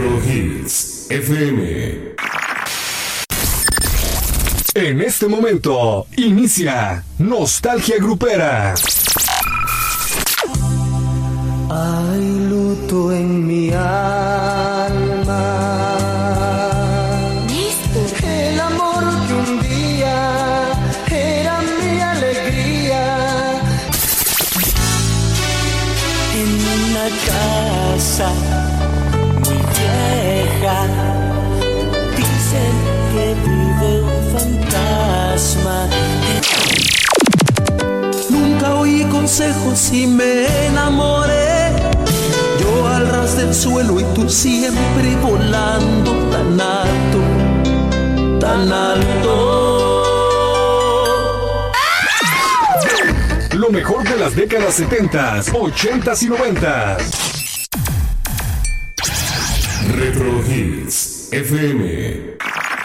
Retro Hits FM. En este momento inicia Nostalgia Grupera. Hay luto en mi alma. El amor que un día era mi alegría. En una casa muy vieja dicen que vive un fantasma. Nunca oí consejos y me enamoré. Yo al ras del suelo y tú siempre volando tan alto, tan alto. Lo mejor de las décadas 70s, 80s y 90s. Retro Hits FM.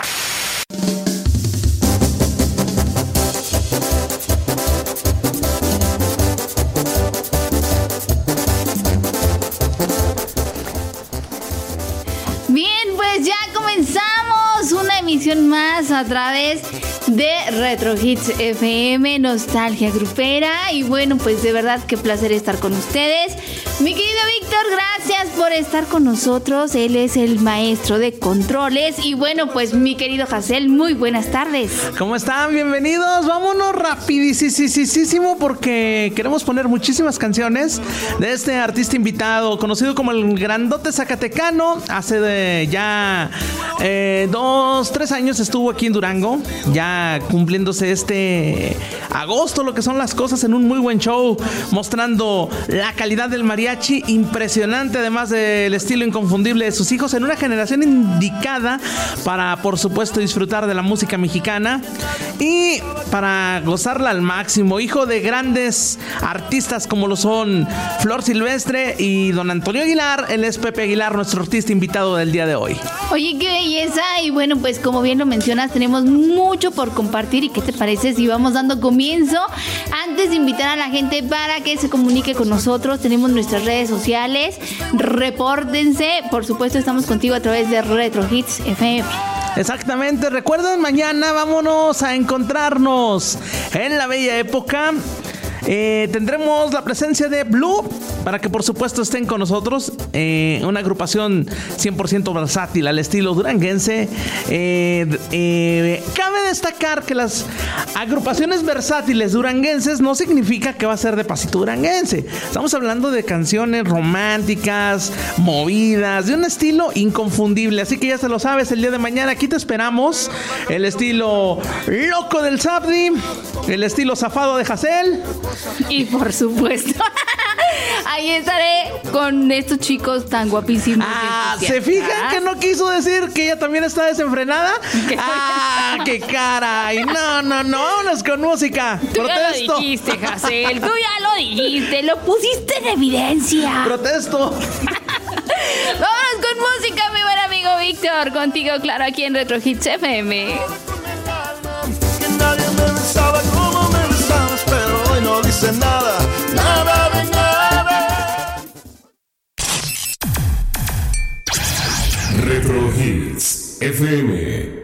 Más a través de Retro Hits FM, Nostalgia Grupera. Y bueno, pues de verdad qué placer estar con ustedes. Mi querido Víctor, gracias por estar con nosotros. Él es el maestro de controles. Y bueno, pues mi querido Hazel, muy buenas tardes. ¿Cómo están? Bienvenidos. Vámonos rapidísimo porque queremos poner muchísimas canciones de este artista invitado, conocido como el Grandote Zacatecano. Hace ya 2-3 años estuvo aquí en Durango, ya cumpliéndose este agosto, lo que son las cosas, en un muy buen show, mostrando la calidad del mariachi impresionante, además del estilo inconfundible de sus hijos, en una generación indicada para, por supuesto, disfrutar de la música mexicana y para gozarla al máximo. Hijo de grandes artistas como lo son Flor Silvestre y don Antonio Aguilar. Él es Pepe Aguilar, nuestro artista invitado del día de hoy. Oye, qué belleza. Y bueno, pues como bien lo mencionas, tenemos mucho por compartir. ¿Y qué te parece si vamos dando comienzo? Antes de invitar a la gente para que se comunique con nosotros, tenemos nuestras redes sociales. Repórtense. Por supuesto, estamos contigo a través de Retro Hits FM. Exactamente. Recuerden, mañana vámonos a encontrarnos en la bella época. Tendremos la presencia de Blue para que por supuesto estén con nosotros, una agrupación 100% versátil al estilo duranguense. Cabe destacar que las agrupaciones versátiles duranguenses no significa que va a ser de pasito duranguense. Estamos hablando de canciones románticas, movidas, de un estilo inconfundible. Así que ya se lo sabes, el día de mañana aquí te esperamos. El estilo loco del Sabdi, el estilo zafado de Hazel. Y por supuesto, ahí estaré con estos chicos tan guapísimos. ¿Se fijan que no quiso decir que ella también está desenfrenada? ¡Qué caray! No, vámonos con música. Tú protesto. Ya lo dijiste, Hazel, tú ya lo dijiste, lo pusiste en evidencia. Protesto. Vámonos con música, mi buen amigo Víctor. Contigo, claro, aquí en Retro Hits FM. Que nadie me besaba como me besabas, pero hoy no dice nada de nada. Retro Hits FM.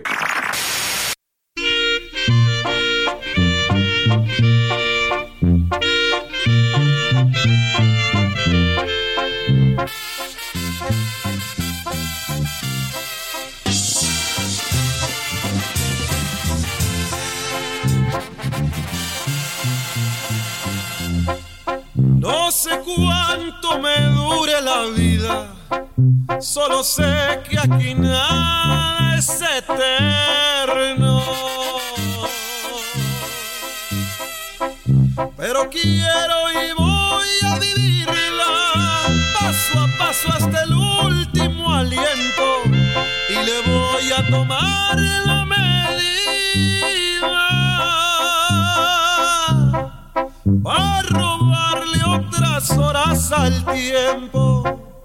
No sé cuánto me dure la vida, solo sé que aquí nada es eterno. Pero quiero y voy a vivirla paso a paso hasta el último aliento, y le voy a tomar la medida para robarle otras horas al tiempo.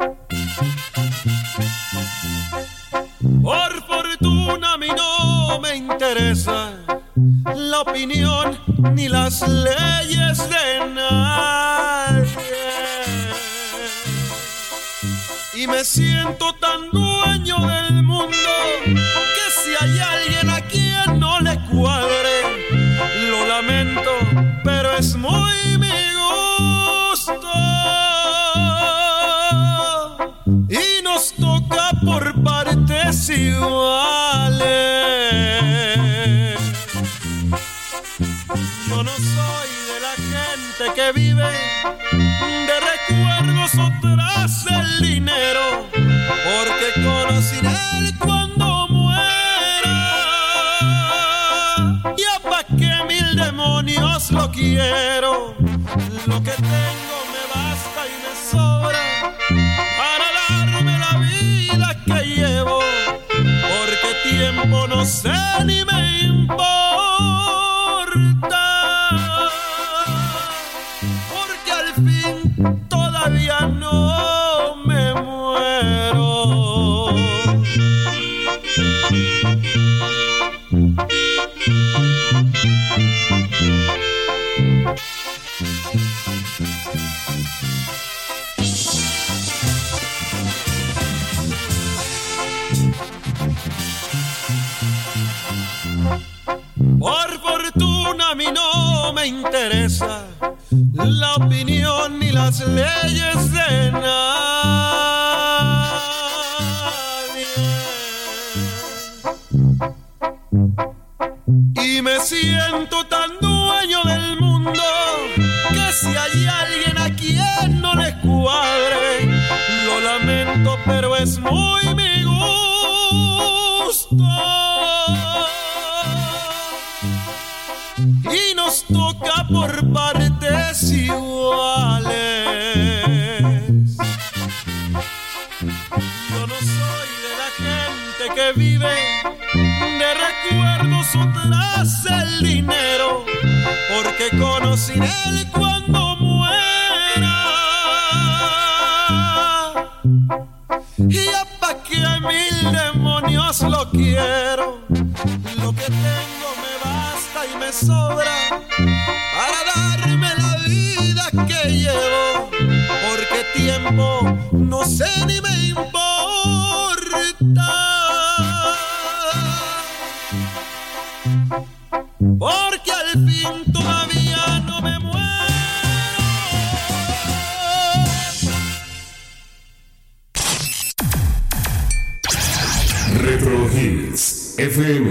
Por fortuna a mí no me interesa la opinión ni las leyes de nadie, y me siento tan dueño dueño del mundo, que si hay alguien a quien no le cuadre, lo lamento, pero es muy mi gusto. Y nos toca por partes iguales. Yo no soy de la gente que vive de recuerdos o tras el dinero, porque conoceré él cuando muera. Y a pa' que mil demonios lo quiero, lo que tengo me basta y me sobra para darme la vida que llevo, porque tiempo no sé ni me importa. Todavía no me muero. Por fortuna a mí no me interesa la opinión ni las leyes de nadie. Y me siento tan dueño del mundo que si hay alguien a quien no le cuadre, lo lamento, pero es muy mi gusto. Y nos toca por partes iguales. Yo no soy de la gente que vive de recuerdos o tras el dinero, porque conoceré él cuando muera. Y a pa' que mil demonios lo quiero, lo que tengo me basta y me sobra para darme la vida que llevo, porque tiempo no sé ni me importa, porque al fin todavía no me muero. Retro Hits FM.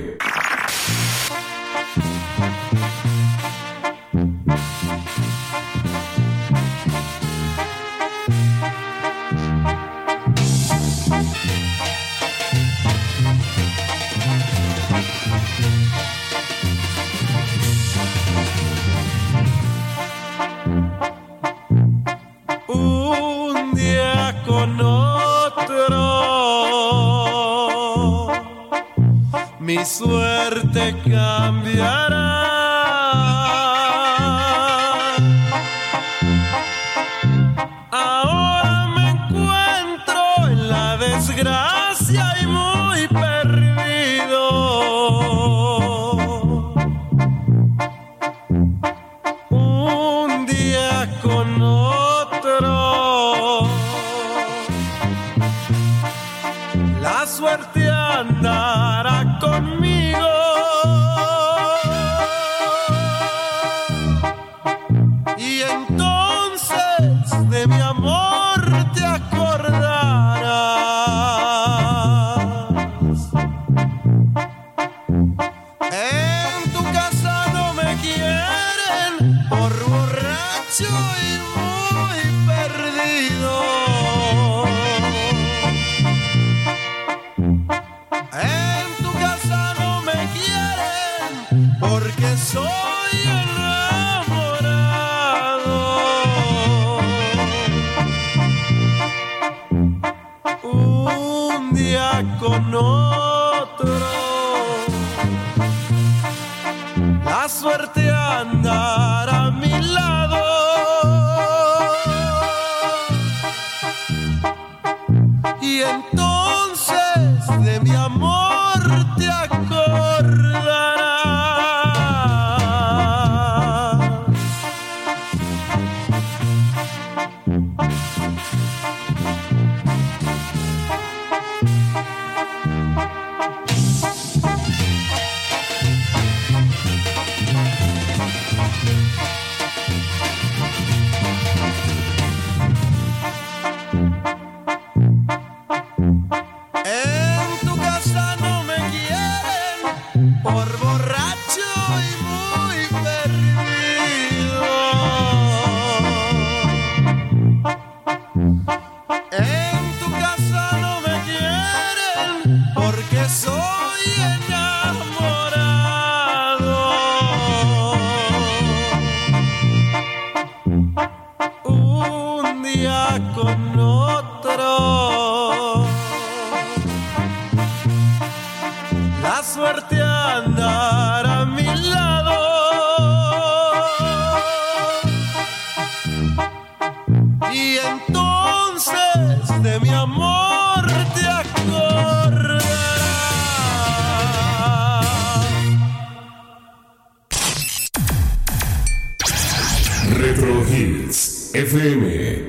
Un día con otro, mi suerte cambiará. Ahora me encuentro en la desgracia y muy perdido. Un día con otro, la suerte andará conmigo. Y entonces de mi amor te acordarás. En tu casa no me quieren por borracho y muy perdido. En tu casa no me quieren porque soy enamorado. Un día con otro, la suerte andará a mi lado. Y entonces de mi amor te acordarás. anda con otro. La suerte andará a mi lado y entonces de mi amor te acordarás. Retro Hits FM.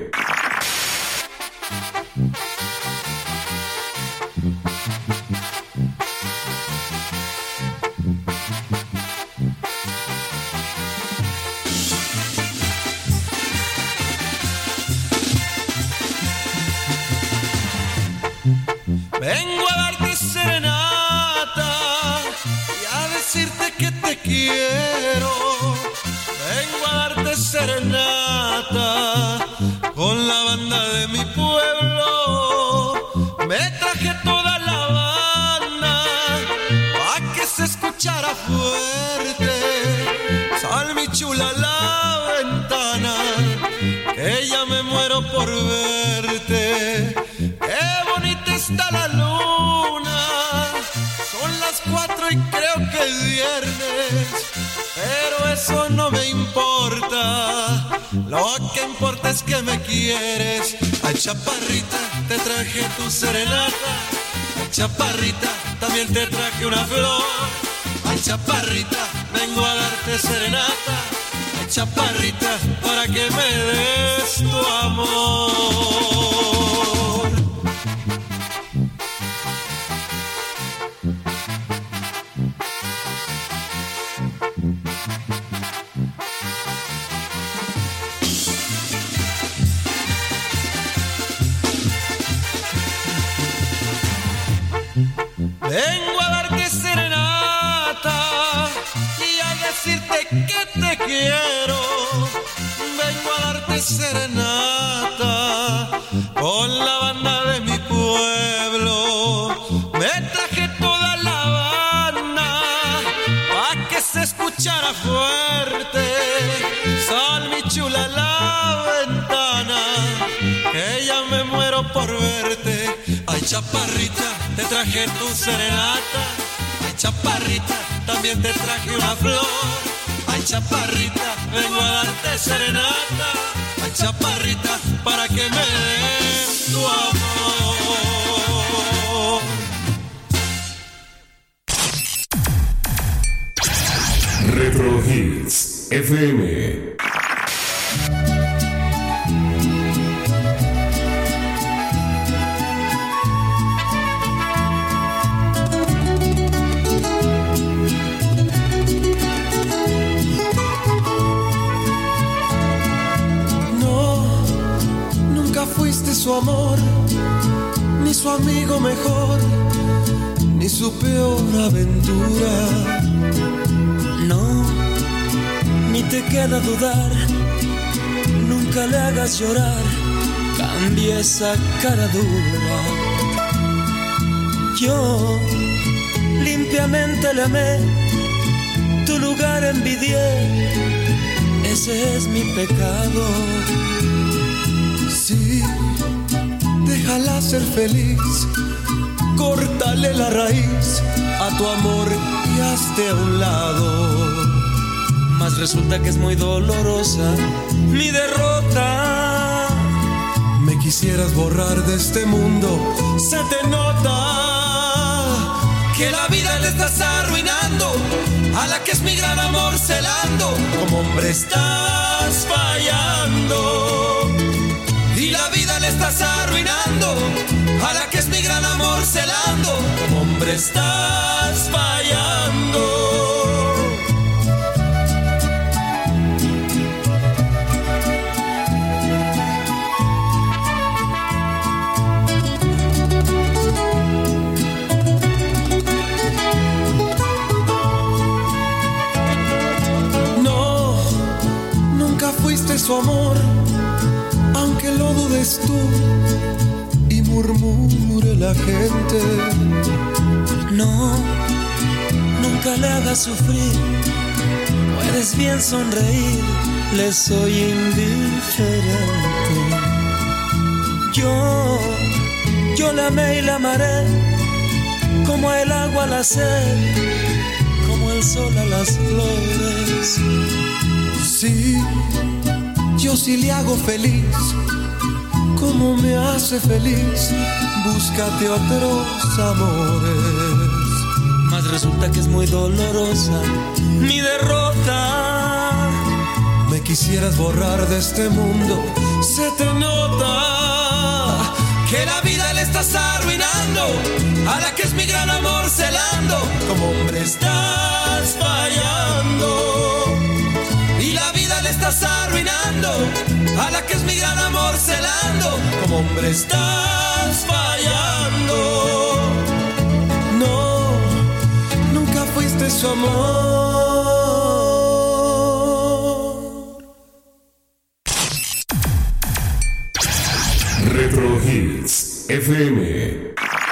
Vengo a darte serenata y a decirte que te quiero. Vengo a darte serenata con la banda de mi pueblo. Me traje toda la banda pa' que se escuchara fuerte. Sal mi chula a la ventana, que ya me muero por verte. Qué bonita está la luna, son las 4 y creo que es viernes, pero eso no me importa. Lo que importa es que me quieres. Ay, chaparrita, te traje tu serenata. Ay, chaparrita, también te traje una flor. Ay, chaparrita, vengo a darte serenata. Ay, chaparrita, para que me des tu amor. Vengo a darte serenata y a decirte que te quiero. Vengo a darte serenata con la banda de mi pueblo. Me traje toda la banda pa' que se escuchara fuerte. Sal mi chula a la ventana, que ya me muero por verte. Ay, chaparrita, te traje tu serenata. Ay, chaparrita, también te traje una flor. Ay, chaparrita, vengo a darte serenata. Ay, chaparrita, para que me des tu amor. Retro Hits FM. Fuiste su amor, ni su amigo mejor, ni su peor aventura. No, ni te queda dudar, nunca le hagas llorar, cambia esa cara dura. Yo limpiamente le amé, tu lugar envidié, ese es mi pecado. Sí, déjala ser feliz, córtale la raíz a tu amor y hazte a un lado. Mas resulta que es muy dolorosa mi derrota. Me quisieras borrar de este mundo, Se te nota que la vida le estás arruinando, a la que es mi gran amor celando. Como hombre estás fallando y la vida le estás arruinando, a la que es mi gran amor celando. Como hombre estás fallando. no, nunca fuiste su amor, aunque lo dudes tú y murmure la gente. No, nunca le hagas sufrir, puedes bien sonreír, le soy indiferente. Yo la amé y la amaré, como el agua a la sed, como el sol a las flores. Sí, yo sí le hago feliz, como me hace feliz, búscate otros amores. Mas resulta que es muy dolorosa mi derrota. Me quisieras borrar de este mundo, Se te nota que la vida le estás arruinando, a la que es mi gran amor celando. Como hombre estás fallando, y la vida le estás arruinando, a la que es mi gran amor celando. Como hombre estás fallando. No, nunca fuiste su amor. Retro Hits FM.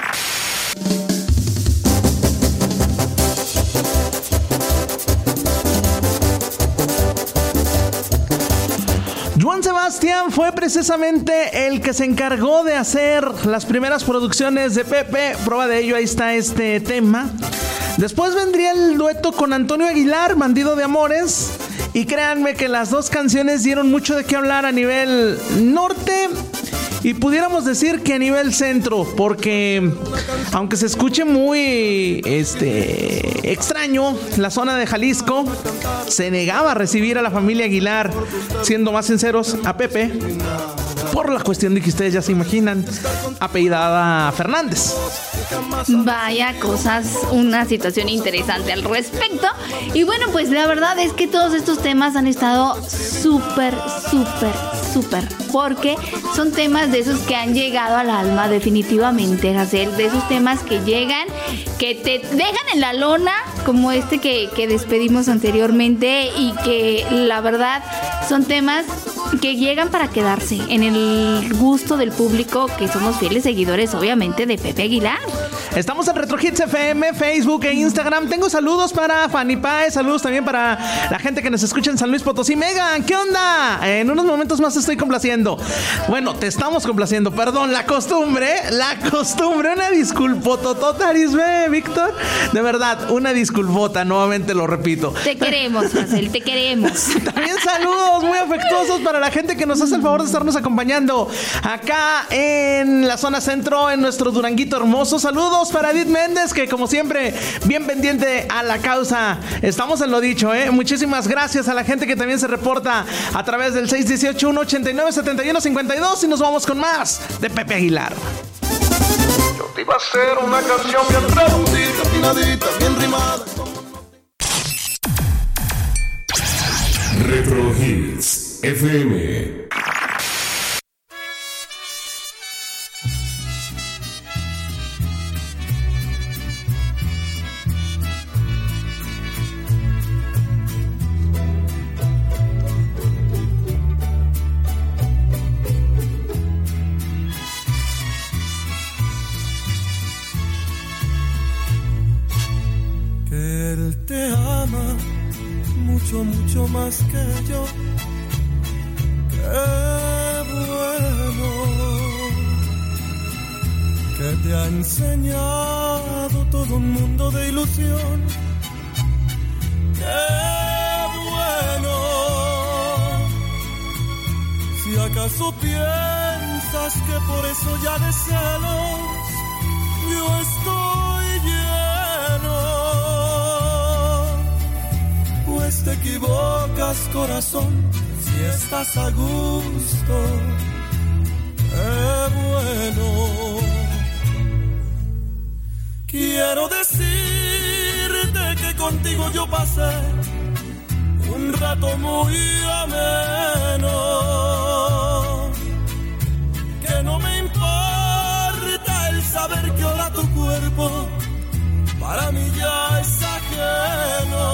Joan Sebastián fue precisamente el que se encargó de hacer las primeras producciones de Pepe. Prueba de ello, ahí está este tema. Después vendría el dueto con Antonio Aguilar, Bandido de Amores. Y créanme que las dos canciones dieron mucho de qué hablar a nivel norte y pudiéramos decir que a nivel centro, porque aunque se escuche muy extraño, la zona de Jalisco se negaba a recibir a la familia Aguilar, siendo más sinceros, a Pepe, por la cuestión de que ustedes ya se imaginan, apellidada Fernández. Vaya cosas, una situación interesante al respecto. Y bueno, pues la verdad es que todos estos temas han estado súper, porque son temas de esos que han llegado al alma definitivamente, hacer de esos temas que llegan, que te dejan en la lona, como este que despedimos anteriormente, y que la verdad son temas que llegan para quedarse en el gusto del público, que somos fieles seguidores obviamente de Pepe Aguilar. Estamos en Retro Hits FM, Facebook e Instagram. Tengo saludos para Fanny Paez, saludos también para la gente que nos escucha en San Luis Potosí. Megan, ¿qué onda? En unos momentos más te estoy complaciendo. Bueno, te estamos complaciendo, perdón, la costumbre, una disculpototota, Arisbe, Víctor. De verdad, una disculpota, nuevamente lo repito. Te queremos, Marcel, te queremos. También saludos muy afectuosos para la gente que nos hace el favor de estarnos acompañando acá en la zona centro, en nuestro Duranguito hermoso. Saludos para Edith Méndez, que como siempre, bien pendiente a la causa. Estamos en lo dicho, Muchísimas gracias a la gente que también se reporta a través del 618-189-7152 y nos vamos con más de Pepe Aguilar. Yo te iba a hacer una canción bien redondita, afinadita, bien rimada. Retro Hits FM. Él te ama mucho, mucho más que yo. Qué bueno que te ha enseñado todo un mundo de ilusión. Qué bueno. Si acaso piensas que por eso ya de celos yo estoy lleno, pues te equivocas, corazón, si estás a gusto. Qué bueno. Quiero decirte que contigo yo pasé un rato muy ameno, que no me importa el saber que ahora tu cuerpo para mí ya es ajeno.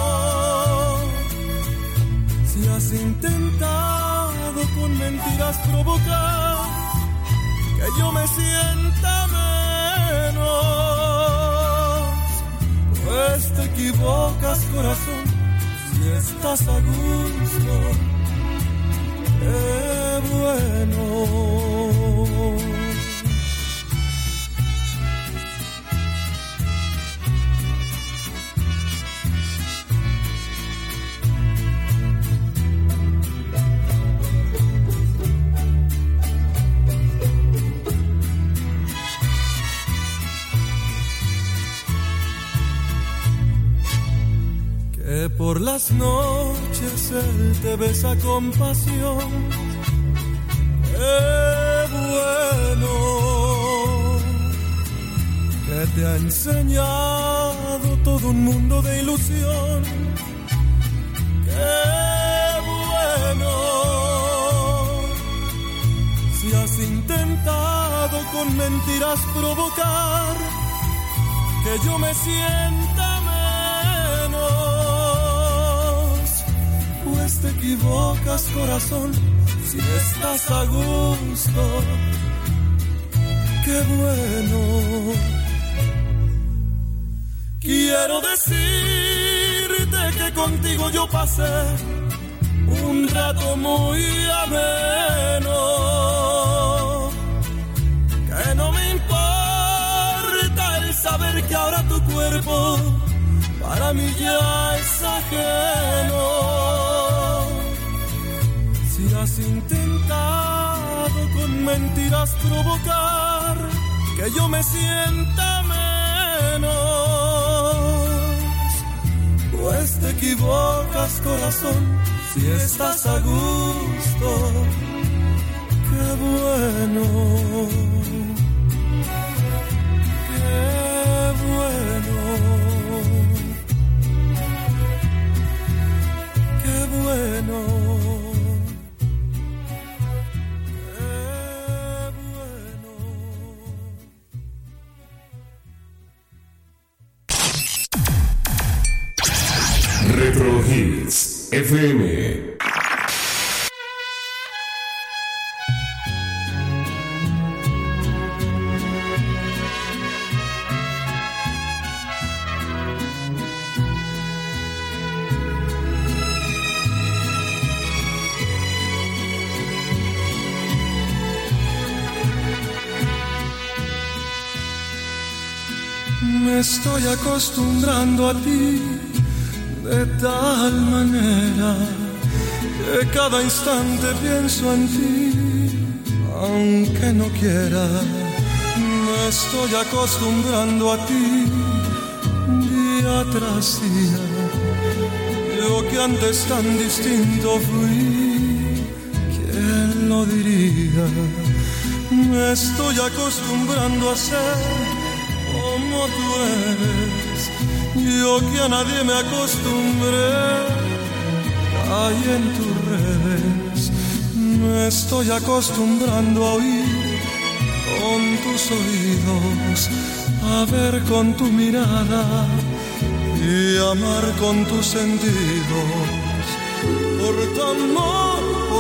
Si has intentado con mentiras provocar que yo me sienta menos, pues te equivocas, corazón, si estás a gusto. Qué bueno. Por las noches él te besa con pasión. Qué bueno que te ha enseñado todo un mundo de ilusión. Qué bueno si has intentado con mentiras provocar que yo me sienta menos, pues te equivocas, corazón, si estás a gusto. Qué bueno. Quiero decirte que contigo yo pasé un rato muy ameno, que no me importa el saber que ahora tu cuerpo para mí ya es ajeno. Si has intentado con mentiras provocar que yo me sienta menos, pues te equivocas, corazón, si estás a gusto. Qué bueno, qué bueno, qué bueno. Retro Hits FM. Me estoy acostumbrando a ti de tal manera que cada instante pienso en ti, aunque no quiera. Me estoy acostumbrando a ti día tras día. Yo que antes tan distinto fui, ¿quién lo diría? Me estoy acostumbrando a ser como tú eres. Yo que a nadie me acostumbré, caí en tus redes. Me estoy acostumbrando a oír con tus oídos, a ver con tu mirada y amar con tus sentidos. Por tu amor,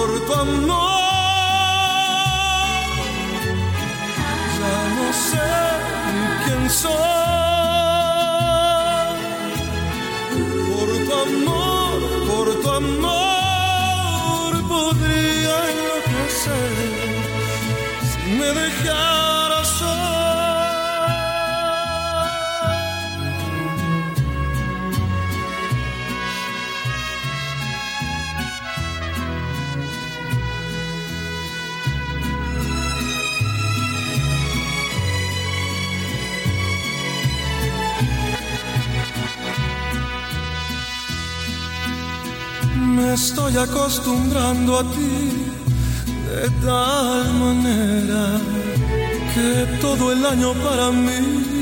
ya no sé ni quién soy. Por tu amor podría enloquecer si me dejaras Me estoy acostumbrando a ti de tal manera que todo el año para mí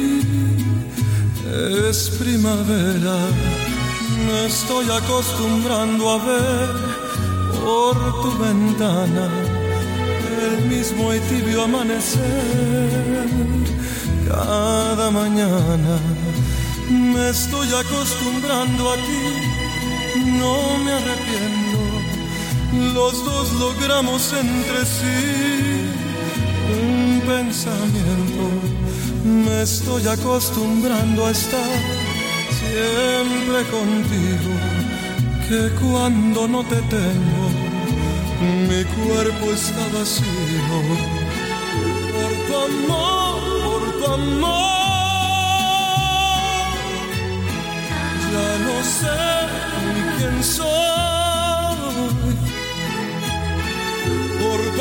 es primavera. Me estoy acostumbrando a ver por tu ventana el mismo y tibio amanecer cada mañana. Me estoy acostumbrando a ti, no me arrepiento, los dos logramos entre sí un pensamiento. Me estoy acostumbrando a estar siempre contigo, que cuando no te tengo, mi cuerpo está vacío. Por tu amor, ya no sé quién soy. Por tu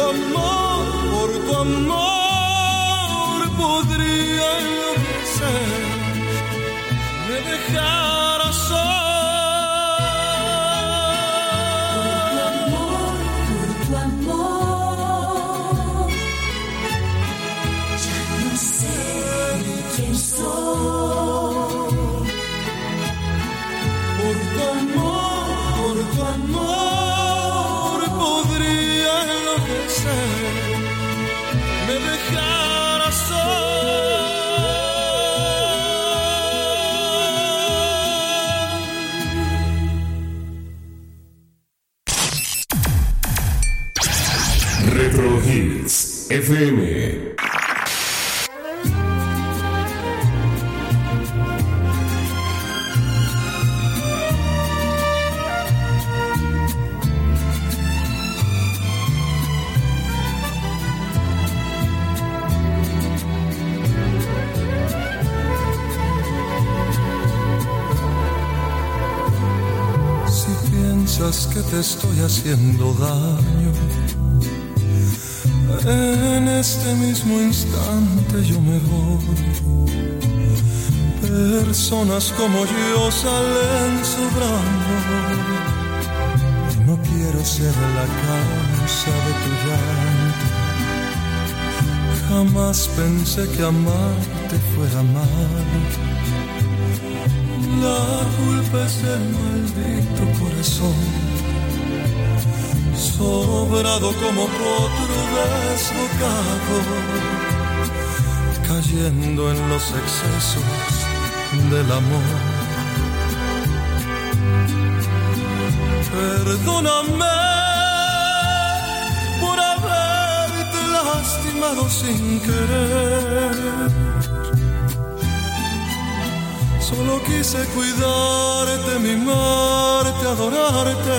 amor podría enloquecer, me dejaras soy. sé, me dejara solo. Retro Hits FM. Que te estoy haciendo daño, en este mismo instante yo me voy. Personas como yo salen sobrando y no quiero ser la causa de tu llanto. Jamás pensé que amarte fuera malo. La culpa es del maldito corazón, sobrado como potro desbocado, cayendo en los excesos del amor. Perdóname por haberte lastimado sin querer. Solo quise cuidarte, mimarte, adorarte.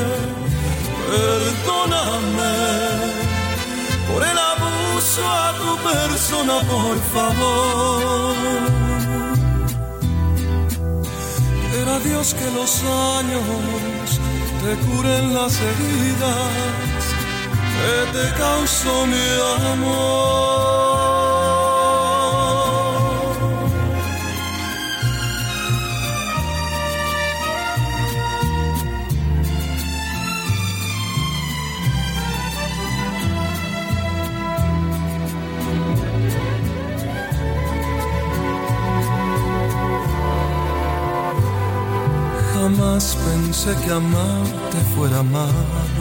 Perdóname por el abuso a tu persona, por favor. Quiera Dios que los años te curen las heridas que te causó mi amor. Jamás pensé que amarte fuera malo.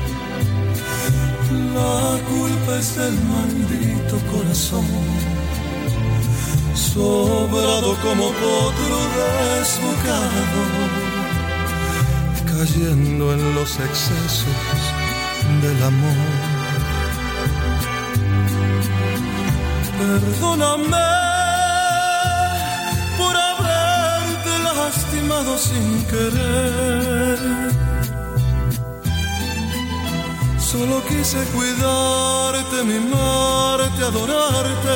La culpa es del maldito corazón, sobrado como potro desbocado, cayendo en los excesos del amor. Perdóname por haberte lastimado sin querer. Solo quise cuidarte, mimarte, adorarte.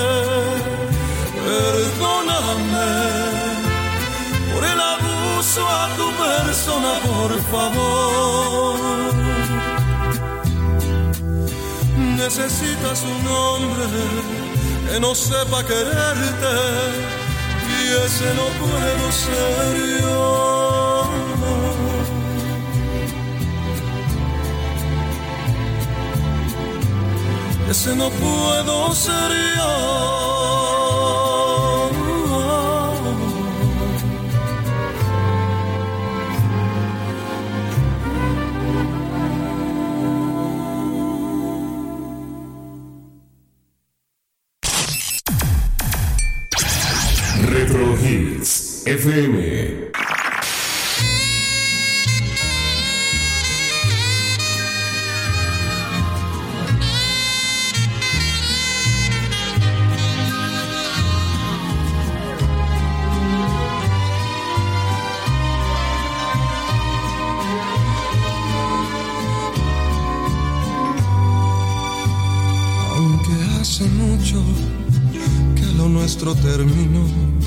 Perdóname por el abuso a tu persona, por favor. Necesitas un hombre que no sepa quererte, y ese no puedo ser yo. Ese no puedo ser yo. Retro Hits FM. Hace mucho que lo nuestro terminó.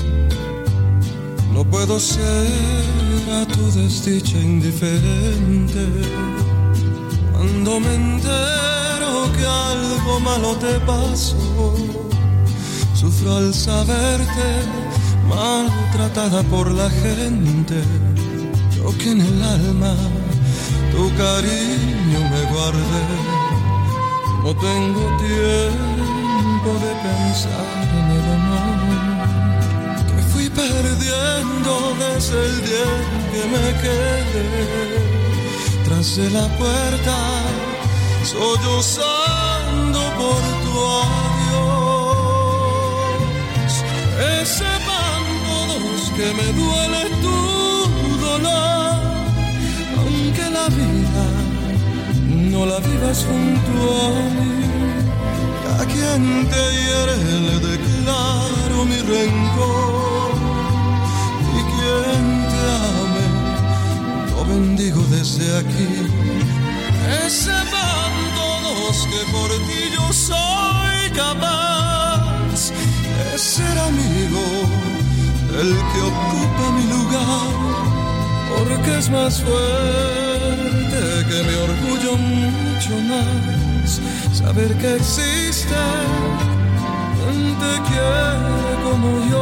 No puedo ser a tu desdicha indiferente. Cuando me entero que algo malo te pasó, sufro al saberte maltratada por la gente. Yo que en el alma tu cariño me guardé. No tengo tiempo de pensar en el amor que fui perdiendo desde el día que me quedé tras de la puerta sollozando. llorando por tu adiós. Sepan todos que me duele tu dolor, aunque la vida no la vivas junto a mí. A quien te hiere le declaro mi rencor, y quien te ame lo bendigo desde aquí. Sepan todos que por ti yo soy capaz de ser amigo del que ocupa mi lugar, porque es más fuerte que mi orgullo, mucho más saber que existe quien te quiere como yo.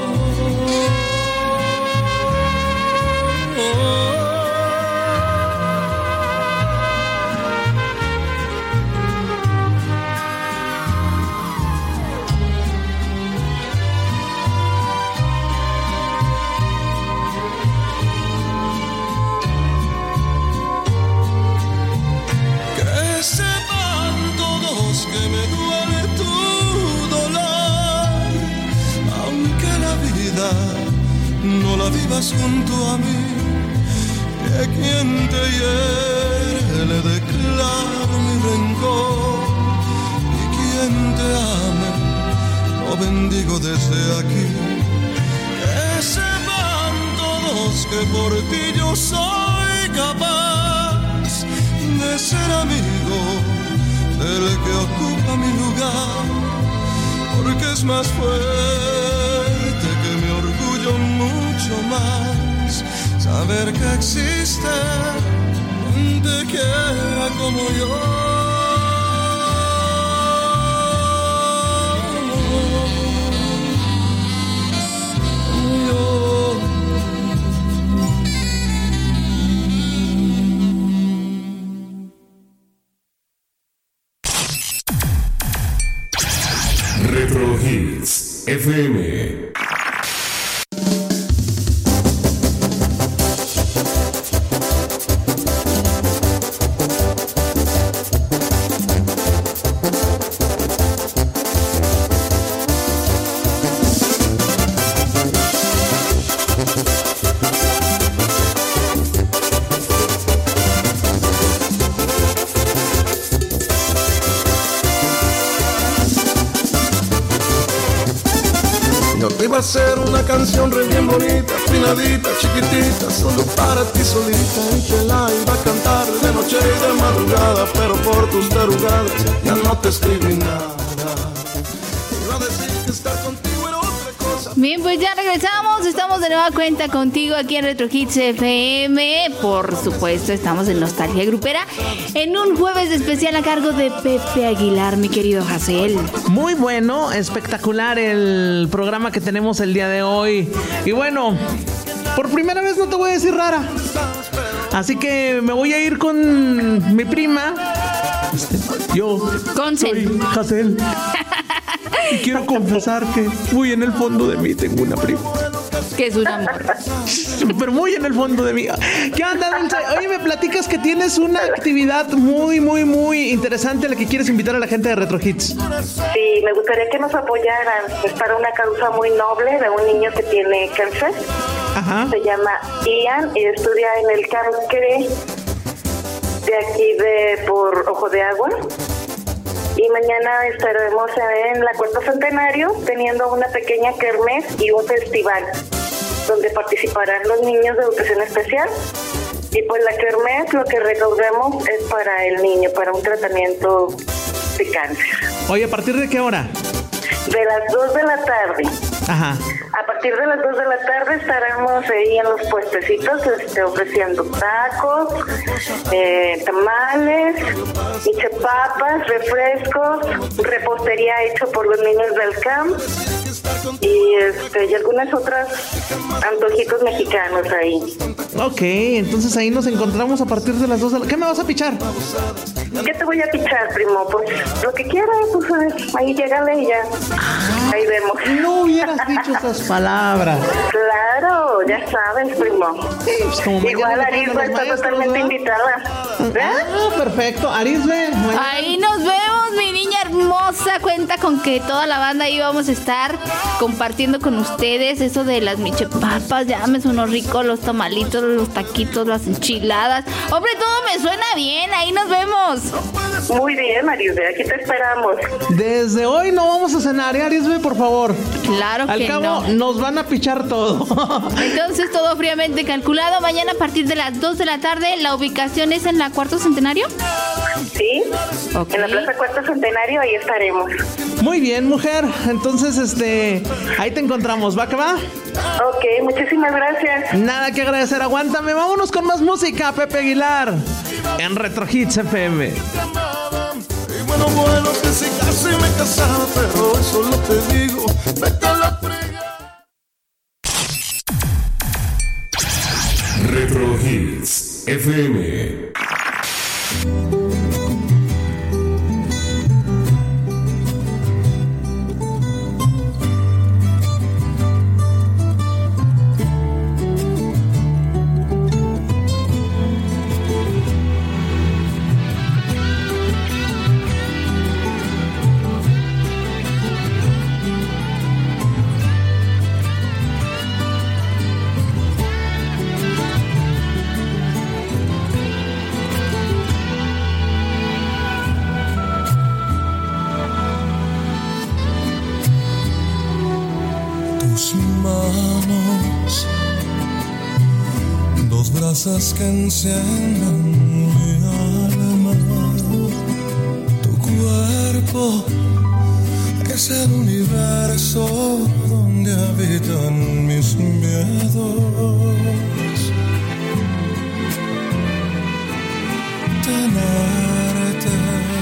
No la vivas junto a mí, que quien te hiere le declaro mi rencor, y quien te ame lo bendigo desde aquí. Que sepan todos que por ti yo soy capaz de ser amigo del que ocupa mi lugar, porque es más fuerte que mi orgullo, mucho más saber que existe quien te quiera como yo. Retro Hits FM. Iba a ser una canción re bien bonita, afinadita, chiquitita, solo para ti solita, y te la iba a cantar de noche y de madrugada, pero por tus tarugadas ya no te escribí nada. Iba a decir que estar contigo era otra cosa. Bien, pues ya regresamos, estamos de nueva cuenta contigo aquí en Retro Hits FM. Por supuesto, estamos en Nostalgia Grupera en un jueves especial a cargo de Pepe Aguilar, mi querido Hazel. Muy bueno, espectacular el programa que tenemos el día de hoy. Y bueno, por primera vez no te voy a decir rara, así que me voy a ir con mi prima. Yo soy Hazel. Y quiero confesar que muy en el fondo de mí tengo una prima. Que es un amor. Pero muy en el fondo de mí. ¿Qué onda, Dulce? Oye, me platicas que tienes una actividad muy interesante a la que quieres invitar a la gente de Retro Hits. Sí, me gustaría que nos apoyaran. Es para una causa muy noble de un niño que tiene cáncer. Ajá. Se llama Ian y estudia en el CAMCRE de aquí por Ojo de Agua. Y mañana estaremos en la Cuarto Centenario teniendo una pequeña kermés y un festival donde participarán los niños de educación especial. Y pues la kermés, lo que recaudemos es para el niño, para un tratamiento de cáncer. Oye, ¿a partir de qué hora? De las 2 de la tarde. Ajá. A partir de las 2 de la tarde estaremos ahí en los puestecitos ofreciendo tacos, tamales, michepapas, refrescos, repostería hecho por los niños del camp y algunas otras antojitos mexicanos ahí. Ok, entonces ahí nos encontramos a partir de las 2 de la... ¿Qué me vas a pichar? ¿Qué te voy a pichar, primo? Pues lo que quieras, pues ahí llégale y ya. Ahí vemos. No hubieras dicho esas palabras. Claro, ya sabes, primo. Pues como igual Arisbe está totalmente invitada. Ah, perfecto. Arisbe. Ahí nos vemos, mi niña hermosa. Cuenta con que toda la banda ahí vamos a estar compartiendo con ustedes eso de las michepapas. Ya me sonó rico, los tamalitos, los taquitos, las enchiladas. Hombre, todo me suena bien. Ahí nos vemos. Muy bien, Arisbe, aquí te esperamos. Desde hoy no vamos a cenar, Arisbe, por favor. Claro Al que cabo, no. nos van a pichar todo. Entonces, todo fríamente calculado. Mañana a partir de las 2 de la tarde, ¿la ubicación es en la Cuarto Centenario? Sí, Ok. en la Plaza Cuarto Centenario, ahí estaremos. Muy bien, mujer. Entonces, ahí te encontramos. ¿Va que va? Ok, muchísimas gracias. Nada que agradecer. Aguántame. Vámonos con más música, Pepe Aguilar. En Retro Hits FM. Y bueno, que si casi me casaba, pero solo te digo, vete a la fregada. Retro Hits FM. Tus manos, dos brasas que encienden mi alma. Tu cuerpo es el universo donde habitan mis miedos. Tenerte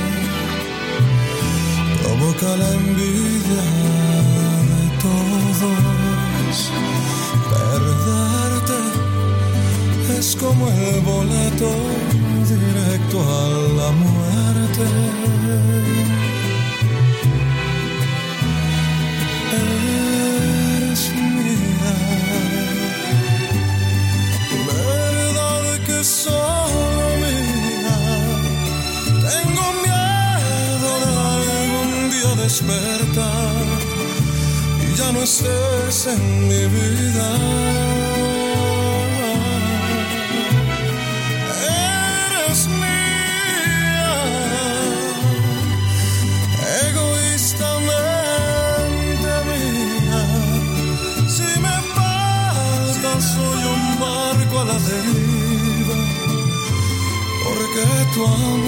provoca la envidia de todos. Perderte es como el boleto directo a la muerte. Eres mía, verdad que solo mía. Tengo miedo de algún día despertar y ya no estés en mi vida. Eres mía, egoístamente mía. Si me faltas soy un barco a la deriva, porque tu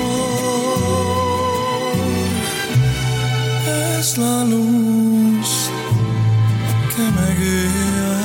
amor es la luz que me guía.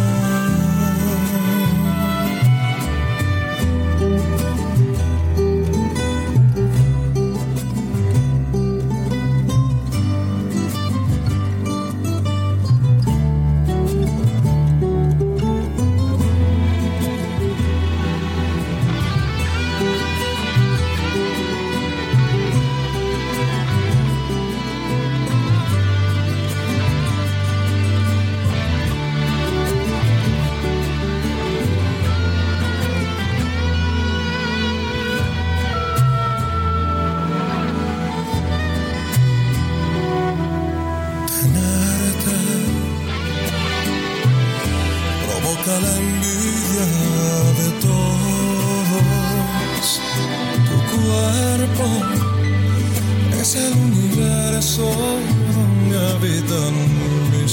Provoca la envidia de todos. Tu cuerpo es el universo donde habitan mis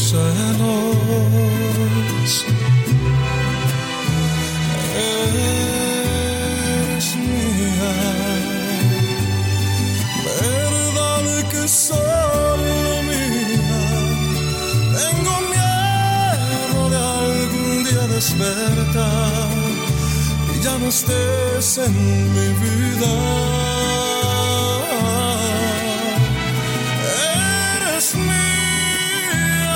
celos. Eres mía, verdad que solo mía. Tengo miedo de algún día despertar y ya no estés en mi vida. Eres mía,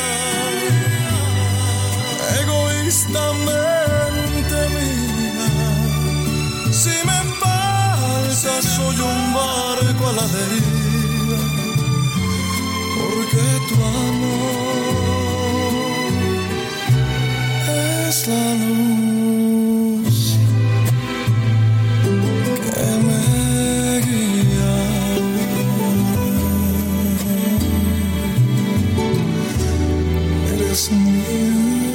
egoístamente mía. Si me faltas soy un barco a la deriva, porque tu amor es la luz que me guía. eres mía.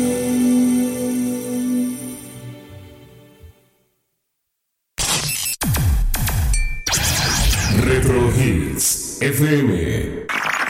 Retro Hits FM.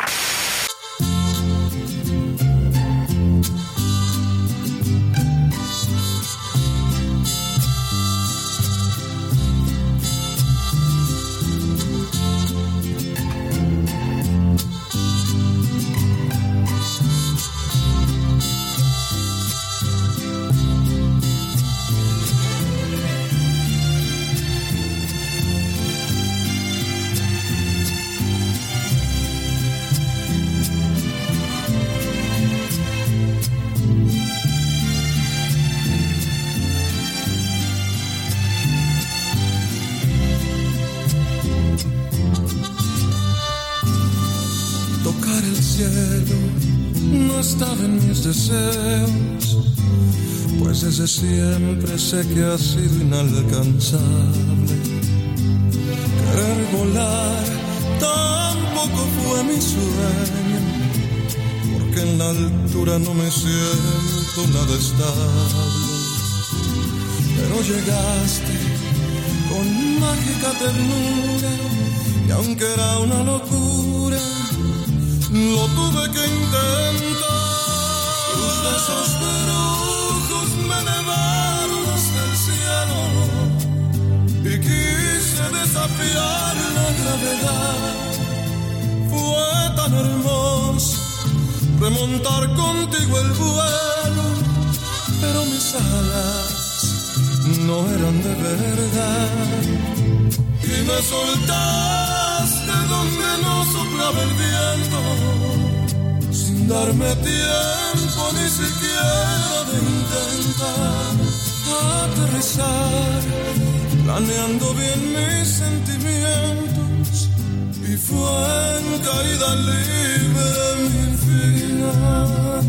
Deseos, pues desde siempre sé que ha sido inalcanzable. Querer volar tampoco fue mi sueño, porque en la altura no me siento nada estable. Pero llegaste con mágica ternura, y aunque era una locura, lo tuve que intentar. Tus besos brujos me elevaron hasta el cielo y quise desafiar la gravedad. Fue tan hermoso remontar contigo el vuelo, pero mis alas no eran de verdad. Y me soltaste donde no soplaba el viento, sin darme tiempo ni siquiera de intentar aterrizar, planeando bien mis sentimientos, y fue en caída libre mi final.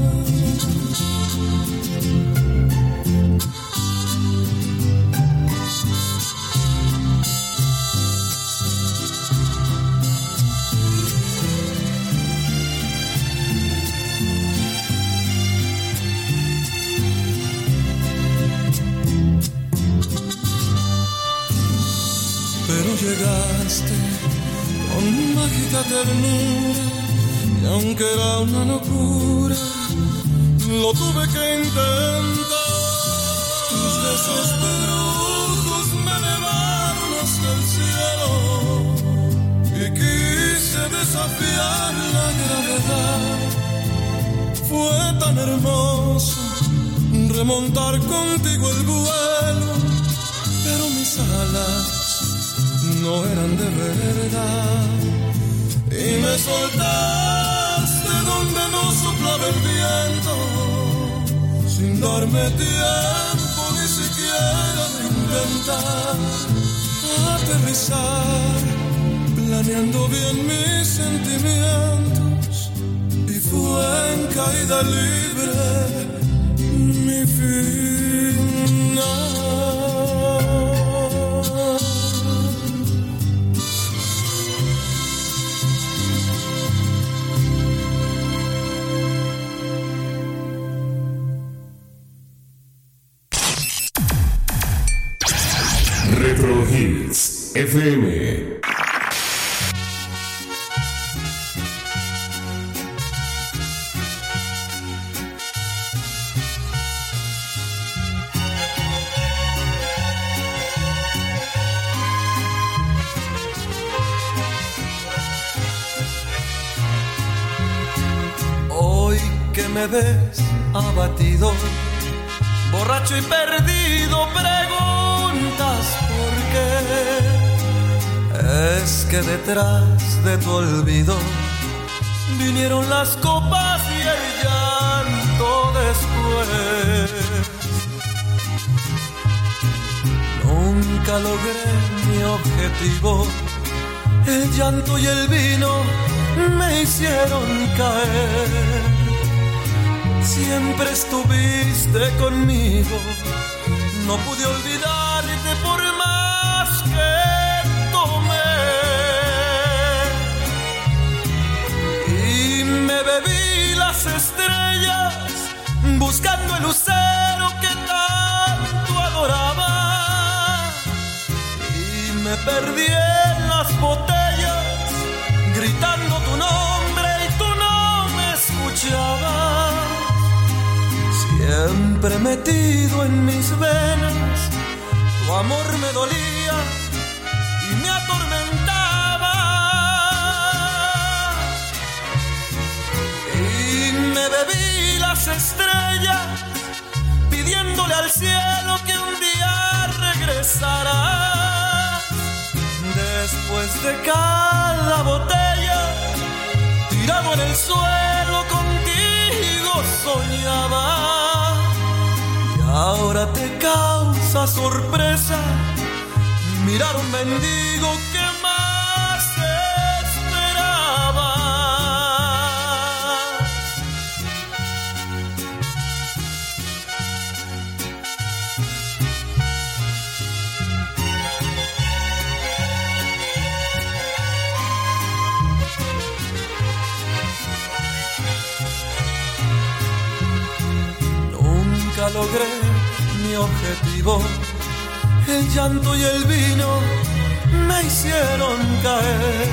Llegaste con mágica ternura, y aunque era una locura, lo tuve que intentar. Tus besos brujos me elevaron hasta el cielo y quise desafiar la gravedad. Fue tan hermoso remontar contigo el vuelo, pero mis alas no eran de verdad. Y me soltaste donde no soplaba el viento, sin darme tiempo ni siquiera de intentar aterrizar, planeando bien mis sentimientos, y fue en caída libre mi final. Retro Hits FM. Hoy que me ves abatido, borracho y perdido, preguntas por qué. Es que detrás de tu olvido vinieron las copas y el llanto después. Nunca logré mi objetivo, el llanto y el vino me hicieron caer. Siempre estuviste conmigo, no pude olvidarte por más que tomé. Y me bebí bebí las estrellas buscando el lucero que tanto adoraba y me perdí en las botellas gritando tu nombre y tú no me escuchabas. Siempre metido en mis venas, tu amor me dolía y me atormentaba. Y me bebí las estrellas, pidiéndole al cielo que un día regresara. Después de cada botella, tirado en el suelo, contigo soñaba. Ahora te causa sorpresa mirar un mendigo que más esperaba. Nunca logré mi objetivo, el llanto y el vino me hicieron caer.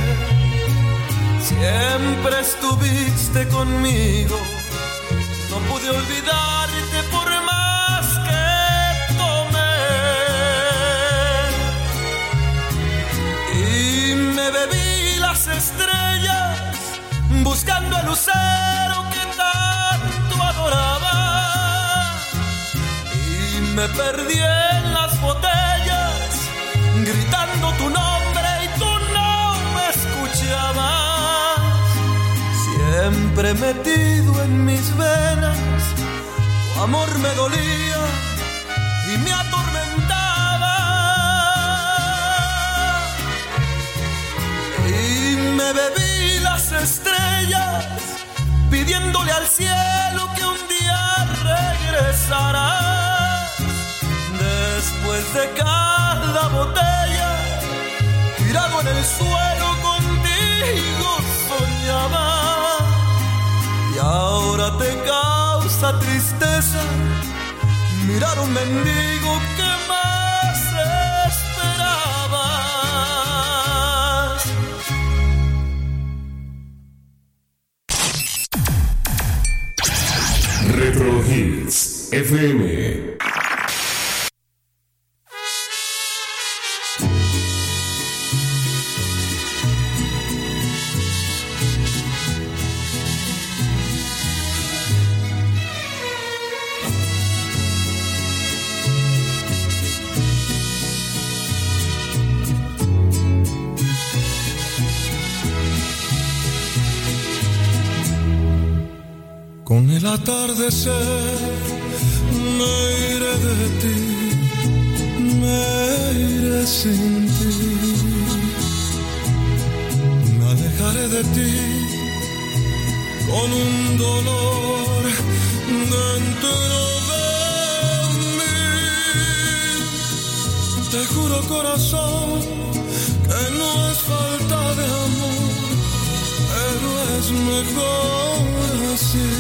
Siempre estuviste conmigo, no pude olvidarte por más que tomé. Y me bebí las estrellas buscando el lucero que tanto adoraba. Me perdí en las botellas, gritando tu nombre y tú no me escuchabas. Siempre metido en mis venas, tu amor me dolía y me atormentaba. Y me bebí las estrellas, pidiéndole al cielo que un día regresara. Después de cada botella, tirado en el suelo, contigo soñaba. Y ahora te causa tristeza mirar un mendigo que más esperabas. Retro Hits FM. Con el atardecer me iré de ti, me iré sin ti, me alejaré de ti con un dolor dentro de mí. Te juro, corazón, que no es falta de amor, pero es mejor así.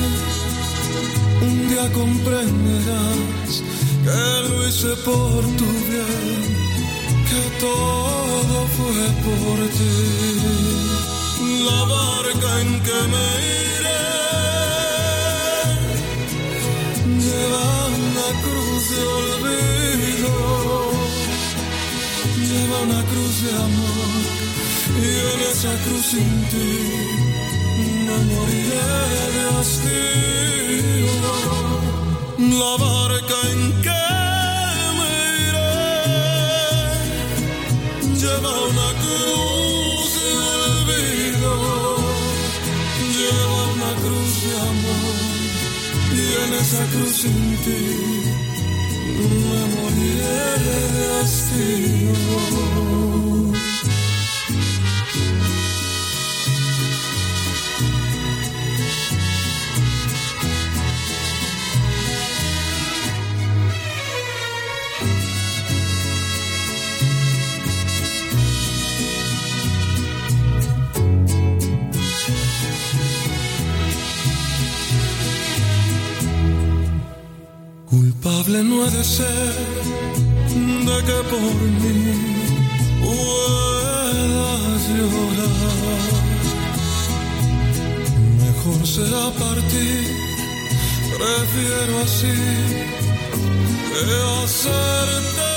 Un día comprenderás que lo hice por tu bien, que todo fue por ti. La barca en que me iré lleva una cruz de olvido, lleva una cruz de amor, y en esa cruz sin ti me moriré de hastío. La barca en que me iré lleva una cruz de olvido, lleva una cruz de amor, y en esa cruz sin ti me moriré de hastío. culpable no he de ser de que por mí puedas llorar. Mejor será partir, prefiero así que hacerte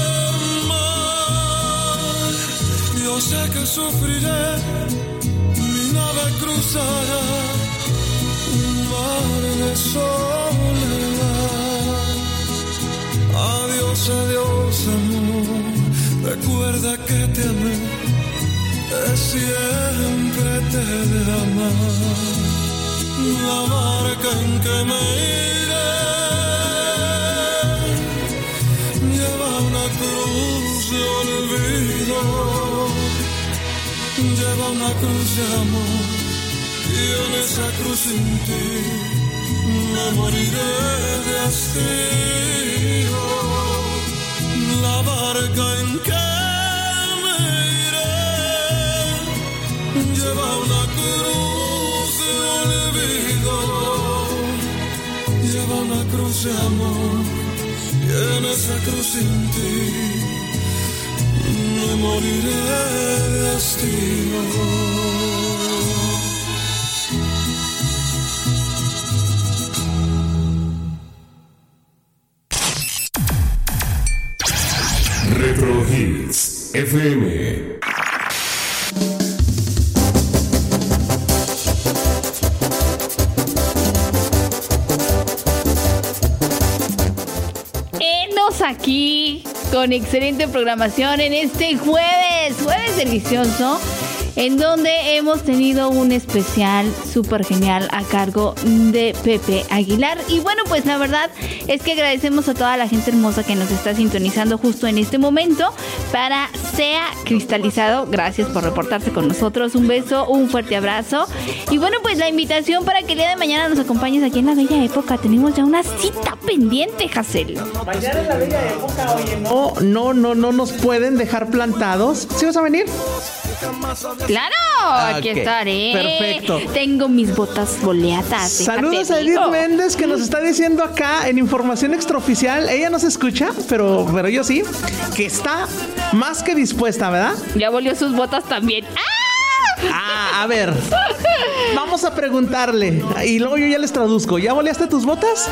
mal. Yo sé que sufriré, mi nave cruzará un mar de soledad. Adiós, adiós, amor, recuerda que te amé, que siempre te he de amar. La barca en que me iré lleva una cruz de olvido, lleva una cruz de amor, y en esa cruz sin ti me moriré de hastío. La barca en que me iré lleva una cruz de olvido, lleva una cruz de amor, y en esa cruz sin ti me moriré de hastío. Retro Hits FM. Aquí con excelente programación en este jueves delicioso, en donde hemos tenido un especial súper genial a cargo de Pepe Aguilar. Y bueno, pues la verdad es que agradecemos a toda la gente hermosa que nos está sintonizando justo en este momento para Sea Cristalizado. Gracias por reportarse con nosotros. Un beso, un fuerte abrazo. Y bueno, pues la invitación para que el día de mañana nos acompañes aquí en La Bella Época. Tenemos ya una cita pendiente, Hazel. Mañana en La Bella Época, oye, no nos pueden dejar plantados. ¿Sí vas a venir? ¡Claro! Aquí estaré. Perfecto. Tengo mis botas boleadas. Saludos a Edith Méndez, que nos está diciendo acá en información extraoficial. Ella no se escucha, pero yo sí, que está más que dispuesta, ¿verdad? Ya volvió sus botas también. A ver. Vamos a preguntarle. Y luego yo ya les traduzco. ¿Ya boleaste tus botas?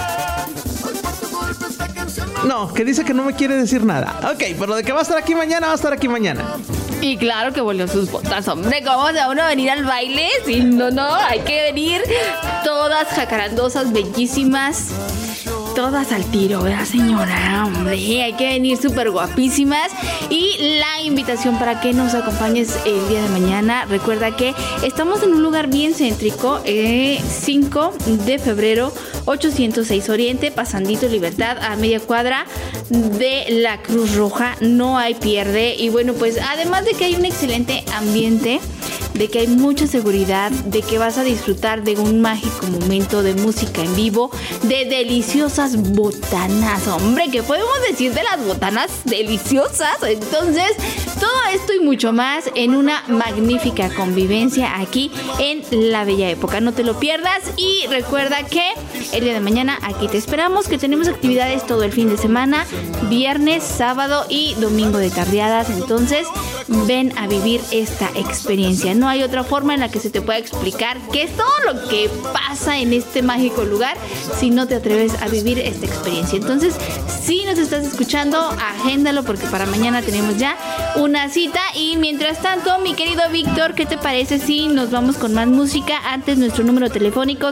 No, que dice que no me quiere decir nada. Ok, pero de que va a estar aquí mañana, va a estar aquí mañana. Y claro que volvió sus botas, hombre. ¿Cómo se va uno a venir al baile? Sí, no, hay que venir todas jacarandosas, bellísimas. Todas al tiro, ¿verdad, señora? Hombre, hay que venir súper guapísimas. Y la invitación para que nos acompañes el día de mañana. Recuerda que estamos en un lugar bien céntrico, 5 de febrero, 806 Oriente, pasandito Libertad, a media cuadra de la Cruz Roja. No hay pierde. Y bueno, pues además de que hay un excelente ambiente, de que hay mucha seguridad, de que vas a disfrutar de un mágico momento de música en vivo, de deliciosas botanas, hombre, ¿qué podemos decir de las botanas deliciosas? Entonces, todo esto y mucho más en una magnífica convivencia aquí en La Bella Época. No te lo pierdas y recuerda que el día de mañana aquí te esperamos, que tenemos actividades todo el fin de semana, viernes, sábado y domingo de tardeadas. Entonces, ven a vivir esta experiencia. No hay otra forma en la que se te pueda explicar qué es todo lo que pasa en este mágico lugar si no te atreves a vivir esta experiencia. Entonces, si nos estás escuchando, agéndalo porque para mañana tenemos ya una cita. Y mientras tanto, mi querido Víctor, ¿qué te parece si nos vamos con más música? Antes, nuestro número telefónico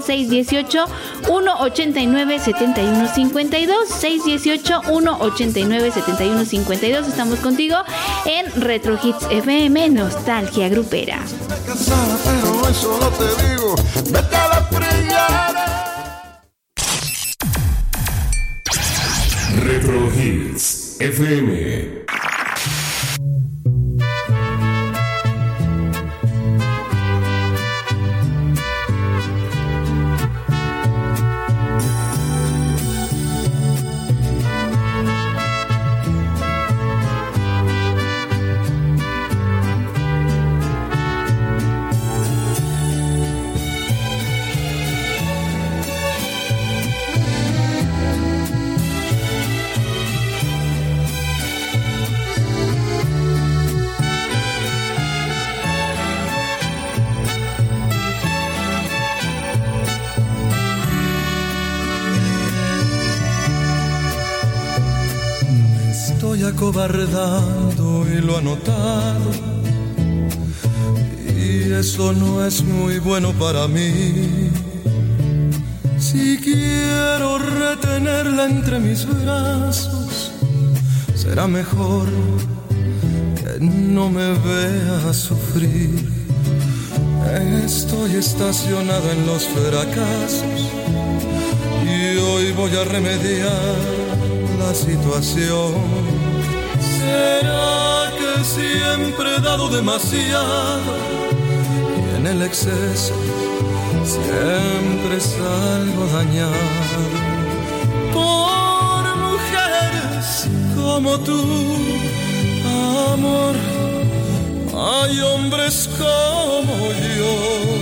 618-189-7152, 618-189-7152. Estamos contigo en Retro Hits FM, Nostalgia Grupera. Pero eso no te digo, vete a la friada. Retro Hits FM. acobardado y lo ha notado, y eso no es muy bueno para mí. Si quiero retenerla entre mis brazos, será mejor que no me vea sufrir. Estoy estacionado en los fracasos y hoy voy a remediar la situación. ¿Será que siempre he dado demasiado y en el exceso siempre salgo dañado? Por mujeres como tú, amor, hay hombres como yo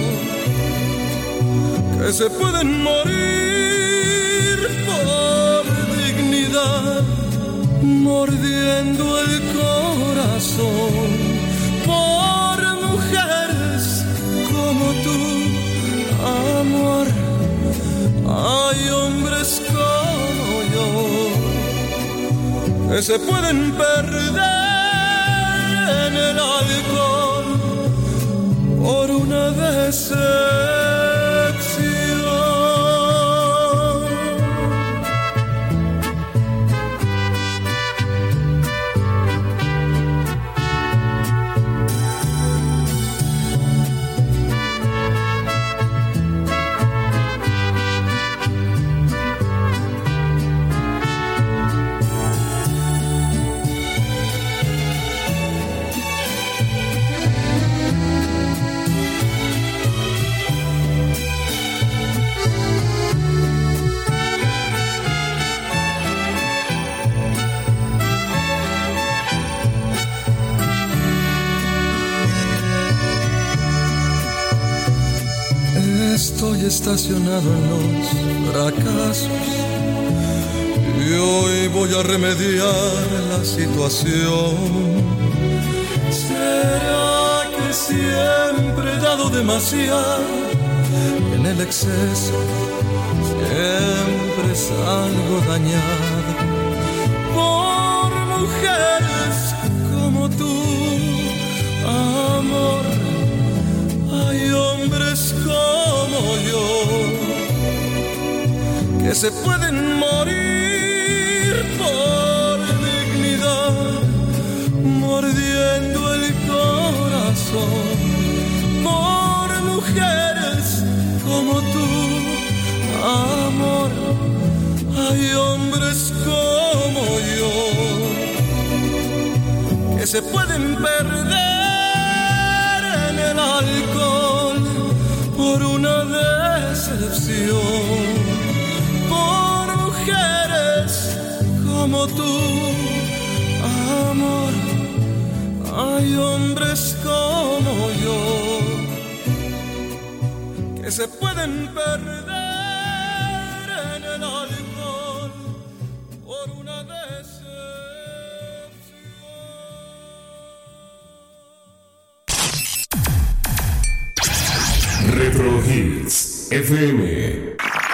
que se pueden morir por dignidad, mordiendo el corazón. Por mujeres como tú, amor, hay hombres como yo que se pueden perder en el alcohol por una decepción. Estoy estacionado en los fracasos y hoy voy a remediar la situación. ¿Será que siempre he dado demasiado? En el exceso siempre salgo dañado. Por mujeres como tú, amor, hay hombres como yo que se pueden morir por dignidad, mordiendo el corazón. Por mujeres como tú, amor, hay hombres como yo que se pueden perder en el alcohol por una decepción. Por mujeres como tú, amor, hay hombres como yo que se pueden perder en el alcohol por una decepción. Retro Hits FM.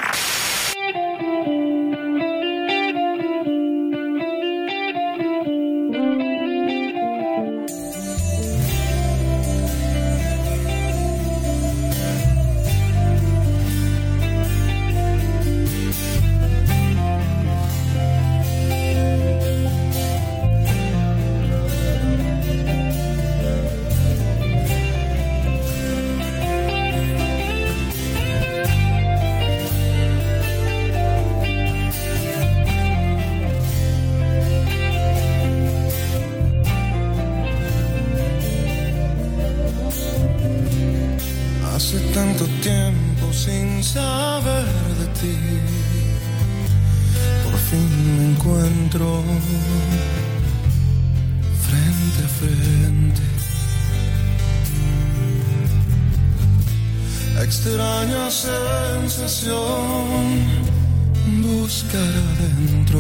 Hace tanto tiempo sin saber de ti, por fin me encuentro frente a frente. Extraña sensación buscar adentro,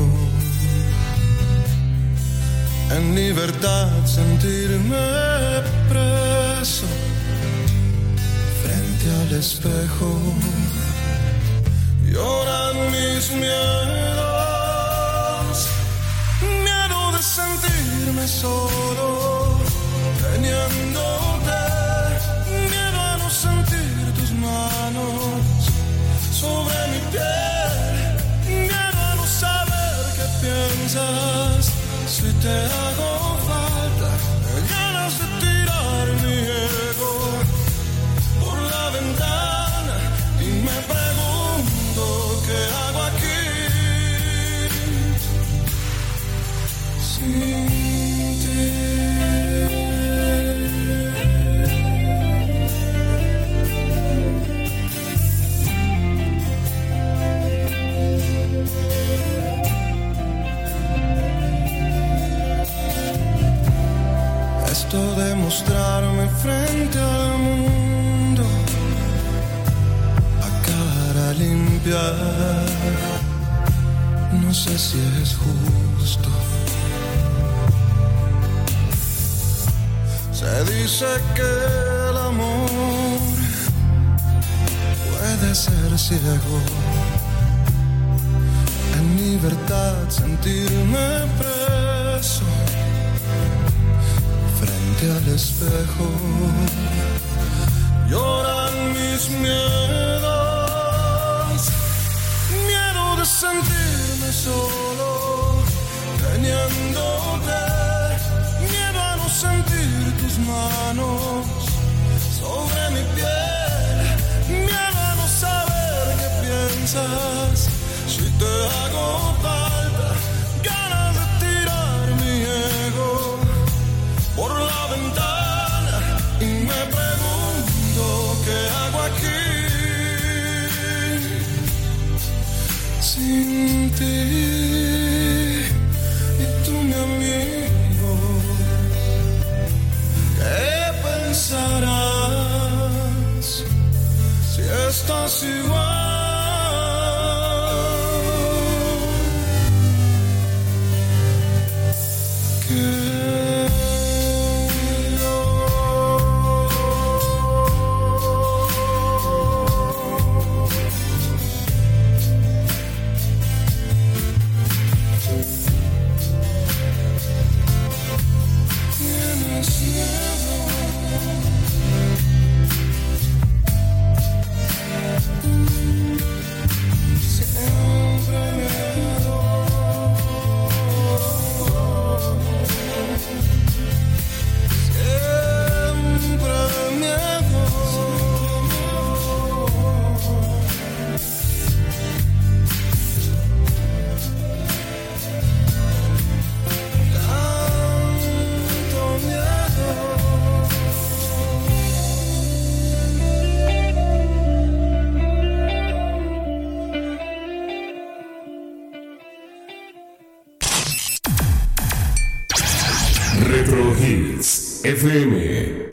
en libertad sentirme preso frente al espejo. Lloran mis miedos, miedo de sentir sentirme solo, teniéndote, miedo a no sentir tus manos sobre mi piel, miedo a no saber qué piensas, si te hago falta, ganas de tirar mi ego por la ventana y me pregunto qué hago aquí sin ti. Esto de mostrarme frente al mundo a cara limpia, no sé si es justo. Se dice que el amor puede ser ciego, en libertad sentirme preso frente al espejo. Lloran mis miedos, miedo de sentirme solo, teniéndote, miedo a no sentir tus manos sobre mi piel, miedo a no saber qué piensas, si te hago falta, ganas de tirar mi ego por la ventana y me pregunto qué hago aquí sin ti y tú mi amigo. ¿Qué pensarás si estás igual que Retro Hits FM.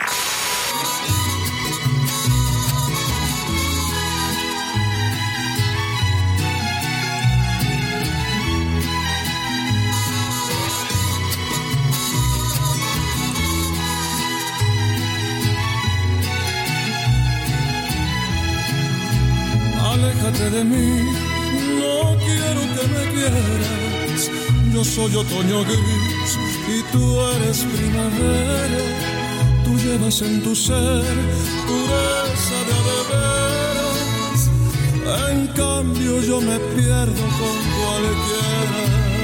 Aléjate de mí, no quiero que me quieras. Yo soy otoño gris y tú eres primavera. Tú llevas en tu ser pureza de veras. En cambio yo me pierdo con cualquiera.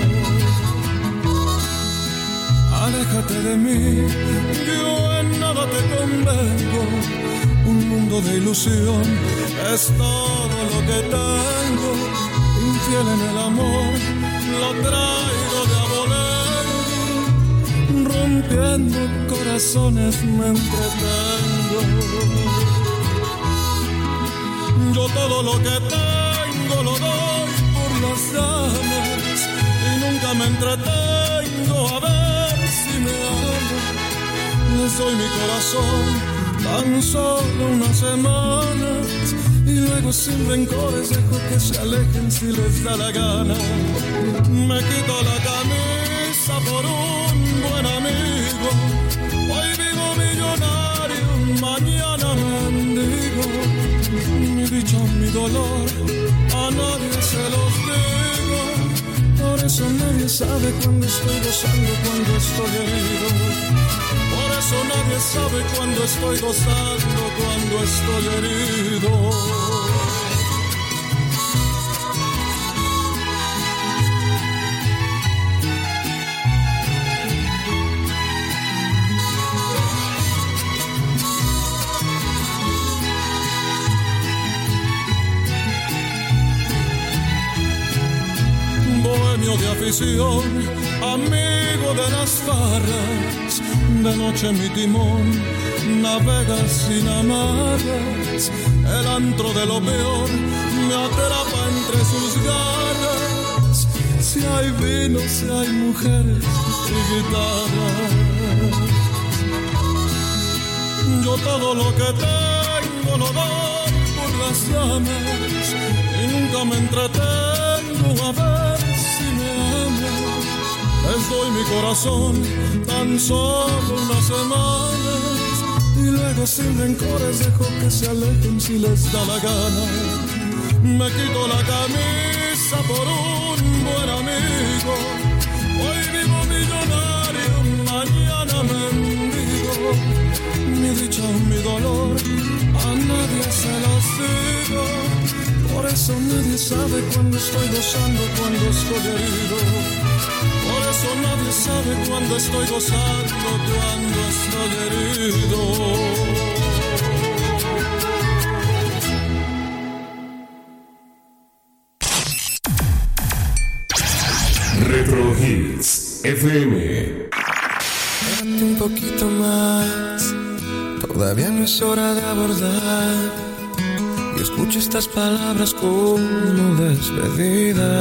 Aléjate de mí, yo en nada te convengo. Un mundo de ilusión es todo lo que tengo. Infiel en el amor, lo traigo de abolengo. Rompiendo corazones me entretengo. Yo todo lo que tengo lo doy por las damas y nunca me entretengo a ver si me aman. Les doy mi corazón tan solo unas semanas y luego sin rencores dejo que se alejen si les da la gana. Me quito la camisa por un buen amigo. Hoy vivo millonario, mañana mendigo. Mi dicha, mi dolor, a nadie se los digo. Por eso nadie sabe cuándo estoy gozando, cuándo estoy herido. Por eso nadie sabe cuándo estoy gozando, cuándo estoy herido. Bohemio de afición, amigo de las farras, de noche mi timón navega sin amarras. El antro de lo peor me atrapa entre sus garras. Si hay vino, si hay mujeres y guitarras, yo todo lo que tengo lo doy por las damas y nunca me entretengo a ver si me aman. Les doy mi corazón tan solo unas semanas y luego sin rencores dejo que se alejen si les da la gana. Me quito la camisa por un buen amigo. Hoy vivo millonario, mañana mendigo. Mi dicha, mi dolor, a nadie se los digo. Por eso nadie sabe cuándo estoy gozando, cuándo estoy herido. Por eso nadie sabe cuándo estoy gozando, cuándo estoy herido. Retro Hits FM. Espérate un poquito más, todavía no es hora de abordar. Y escucho estas palabras como despedida.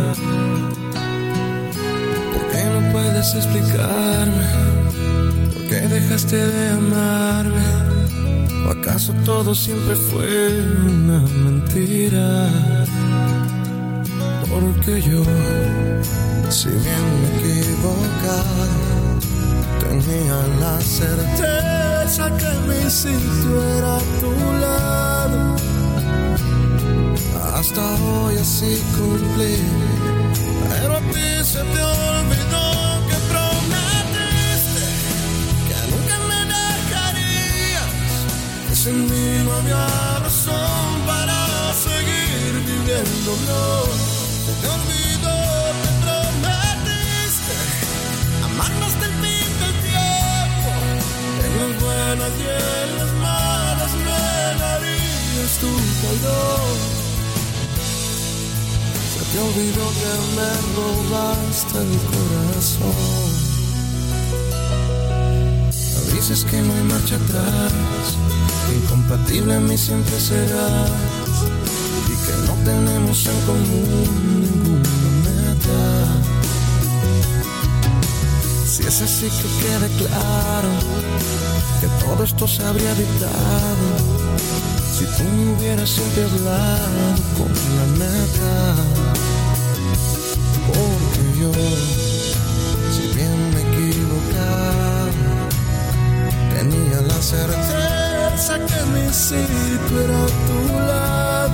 ¿Por qué no puedes explicarme? ¿Por qué dejaste de amarme? ¿O acaso todo siempre fue una mentira? Porque yo, si bien me equivocaba, tenía la certeza que mi sitio era a tu lado. Hasta hoy así cumplí, pero a ti se te olvidó que prometiste que nunca me dejarías, que sin mí no había razón para seguir viviendo, no. Se te olvidó que prometiste amarnos hasta el fin del tiempo, en las buenas y en las malas me darías tu calor. Se te olvidó que me robaste el corazón. Dices que no hay marcha atrás, incompatible a mí siempre serás, y que no tenemos en común ninguna meta. Si es así, que quede claro que todo esto se habría evitado si tú me hubieras siempre hablado con la neta. Porque yo, si bien me equivocaba, tenía la certeza que mi sitio era a tu lado.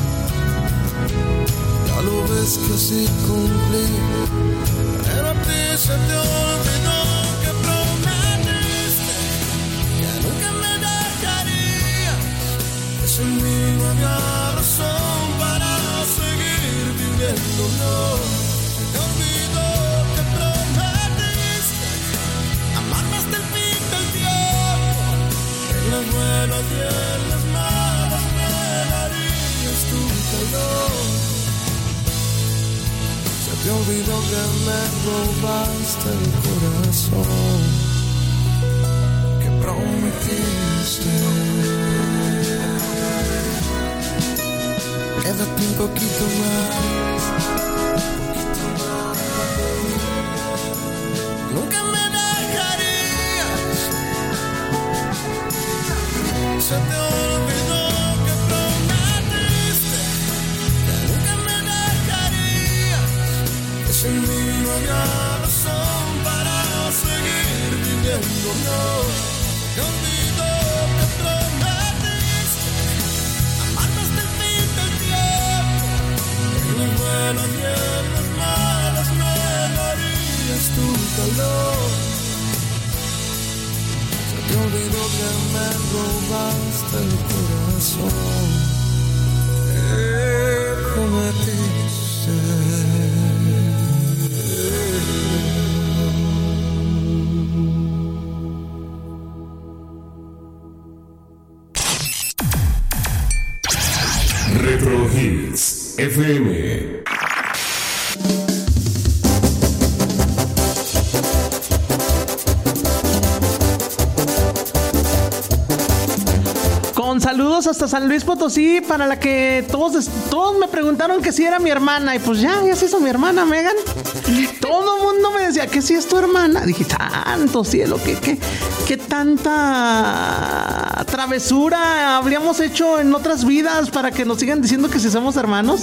Ya lo ves que así cumplí, pero a ti se te olvidó que prometiste que nunca me dejarías, que sin mí no había razón para seguir viviendo, no. Se te olvidó que prometiste amarme hasta el fin del tiempo, en las buenas y en las malas me darías tu calor. Se te olvidó que me robaste el corazón, que prometiste. Quédate un poquito más, nunca me dejarías. Se te olvidó que prometiste que nunca me dejarías, que sin mí no había razón para seguir viviendo, no. Se te olvidó que prometiste amarme hasta el fin del tiempo, en las buenas y en las malas que me robaste el corazón que prometiste. Retro Hits FM. Con saludos hasta San Luis Potosí, para la que todos me preguntaron que si era mi hermana. Y pues ya se hizo mi hermana, Megan. Todo el mundo me decía que si es tu hermana. Dije, santo cielo, ¿qué tanta travesura habríamos hecho en otras vidas para que nos sigan diciendo que si somos hermanos?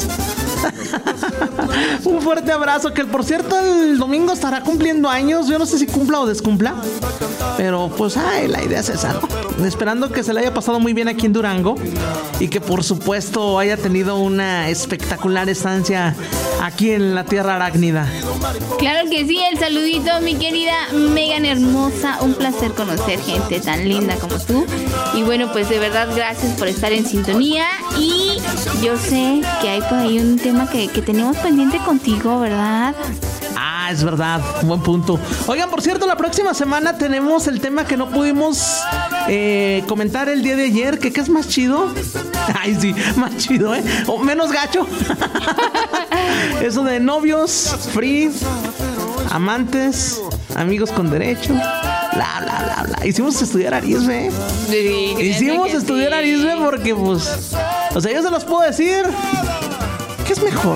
Un fuerte abrazo, que por cierto el domingo estará cumpliendo años. Yo no sé si cumpla o descumpla, pero pues la idea es esa, ¿no? Esperando que se le haya pasado muy bien aquí en Durango y que por supuesto haya tenido una espectacular estancia aquí en la tierra arácnida. Claro que sí, el saludito, mi querida Megan hermosa. Un placer conocer gente tan linda como tú. Y bueno, pues de verdad gracias por estar en sintonía. Y yo sé que hay por ahí un tema que tenemos pendiente contigo, ¿verdad? Es verdad, buen punto. Oigan, por cierto, la próxima semana tenemos el tema que no pudimos comentar el día de ayer, que ¿qué es más chido? Ay, sí, más chido, ¿eh? O menos gacho. Eso de novios, free, amantes, amigos con derecho, bla, bla, bla, bla. Hicimos estudiar Arisbe, ¿eh? Sí, hicimos estudiar Arisbe porque, pues, o sea, yo se los puedo decir, ¿qué es mejor?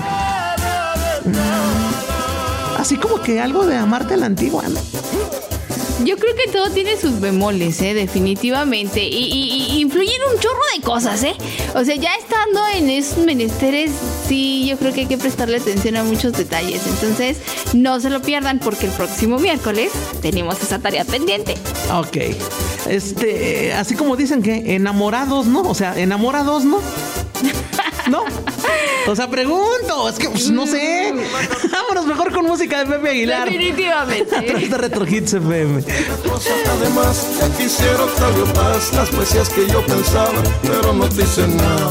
Así como que algo de amarte a la antigua, ¿no? Yo creo que todo tiene sus bemoles, definitivamente. Y influyen un chorro de cosas, O sea, ya estando en esos menesteres, sí, yo creo que hay que prestarle atención a muchos detalles. Entonces, no se lo pierdan porque el próximo miércoles tenemos esa tarea pendiente. Ok. Así como dicen que enamorados, ¿no? O sea, enamorados, ¿no? ¿No? O sea, pregunto, es que pues, no sé. Vámonos mejor con música de Pepe Aguilar. Definitivamente. A través de Retro Hits FM. Además, ya quisiera Octavio Paz las poesías que yo pensaba, pero no te hice nada.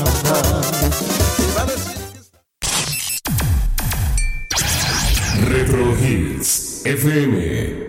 Retro Hits FM.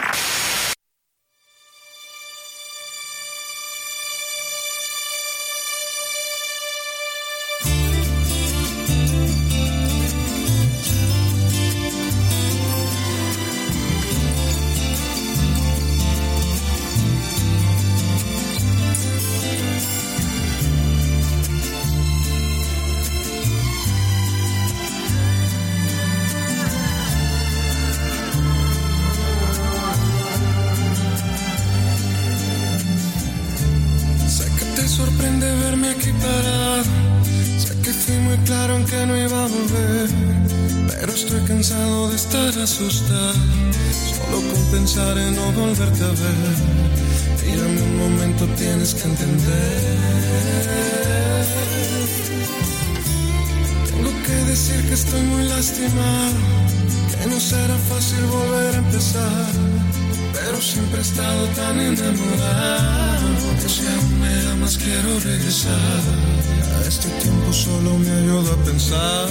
Asustado, solo con pensar en no volverte a ver. Mírame un momento, tienes que entender. Tengo que decir que estoy muy lastimado, que no será fácil volver a empezar, pero siempre he estado tan enamorado que si aún me amas quiero regresar. A este tiempo solo me ayuda a pensar.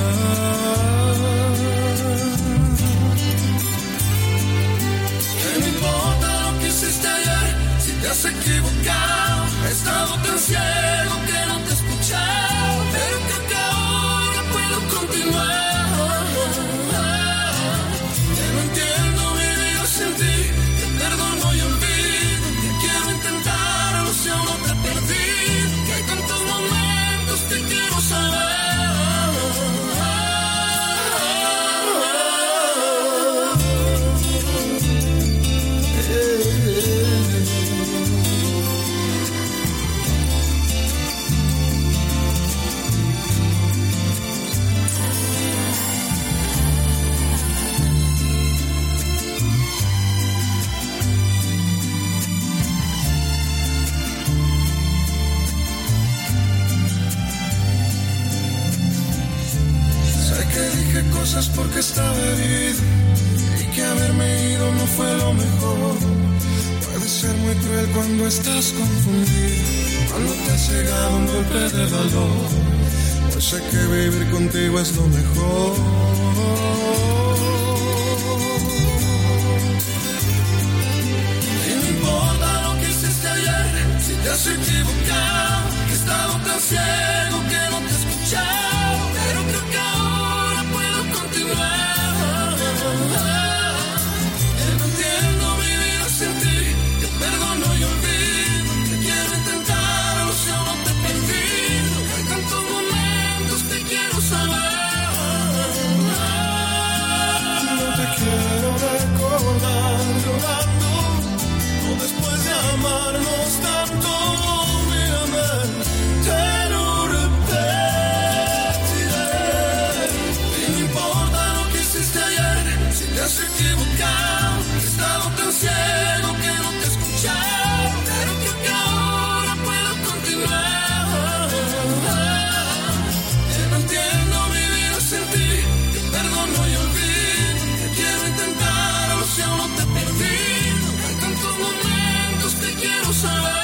Te has equivocado, he estado tan ciego que no te he escuchado, pero creo que ahora puedo continuar. Que no entiendo vivir sin ti, que perdono y olvido, que quiero intentarlo si aún no te he perdido, que hay tantos momentos que quiero saber. Porque estaba herido y que haberme ido no fue lo mejor. Puede ser muy cruel cuando estás confundido, cuando te ha llegado un golpe de valor. Pues sé que vivir contigo es lo mejor. Y no importa lo que hiciste ayer, si te has equivocado, que he estado tan ciego que no te he escuchado, pero creo que ahora puedo continuar. No entiendo mi vida sin ti, te perdono y olvido, que quiero intentarlo si aún no te he perdido. Hay tantos momentos que quiero saber. No te quiero recordar llorando, no después de amarnos tanto. Mírame, te lo repetiré. Y no importa lo que hiciste ayer, si te has equivocado, he estado tan ciego que no te he escuchado, pero creo que ahora puedo continuar. No entiendo mi vida sin ti, te perdono y olvido, que quiero intentarlo si aún no te he perdido. Hay tantos momentos que quiero saber.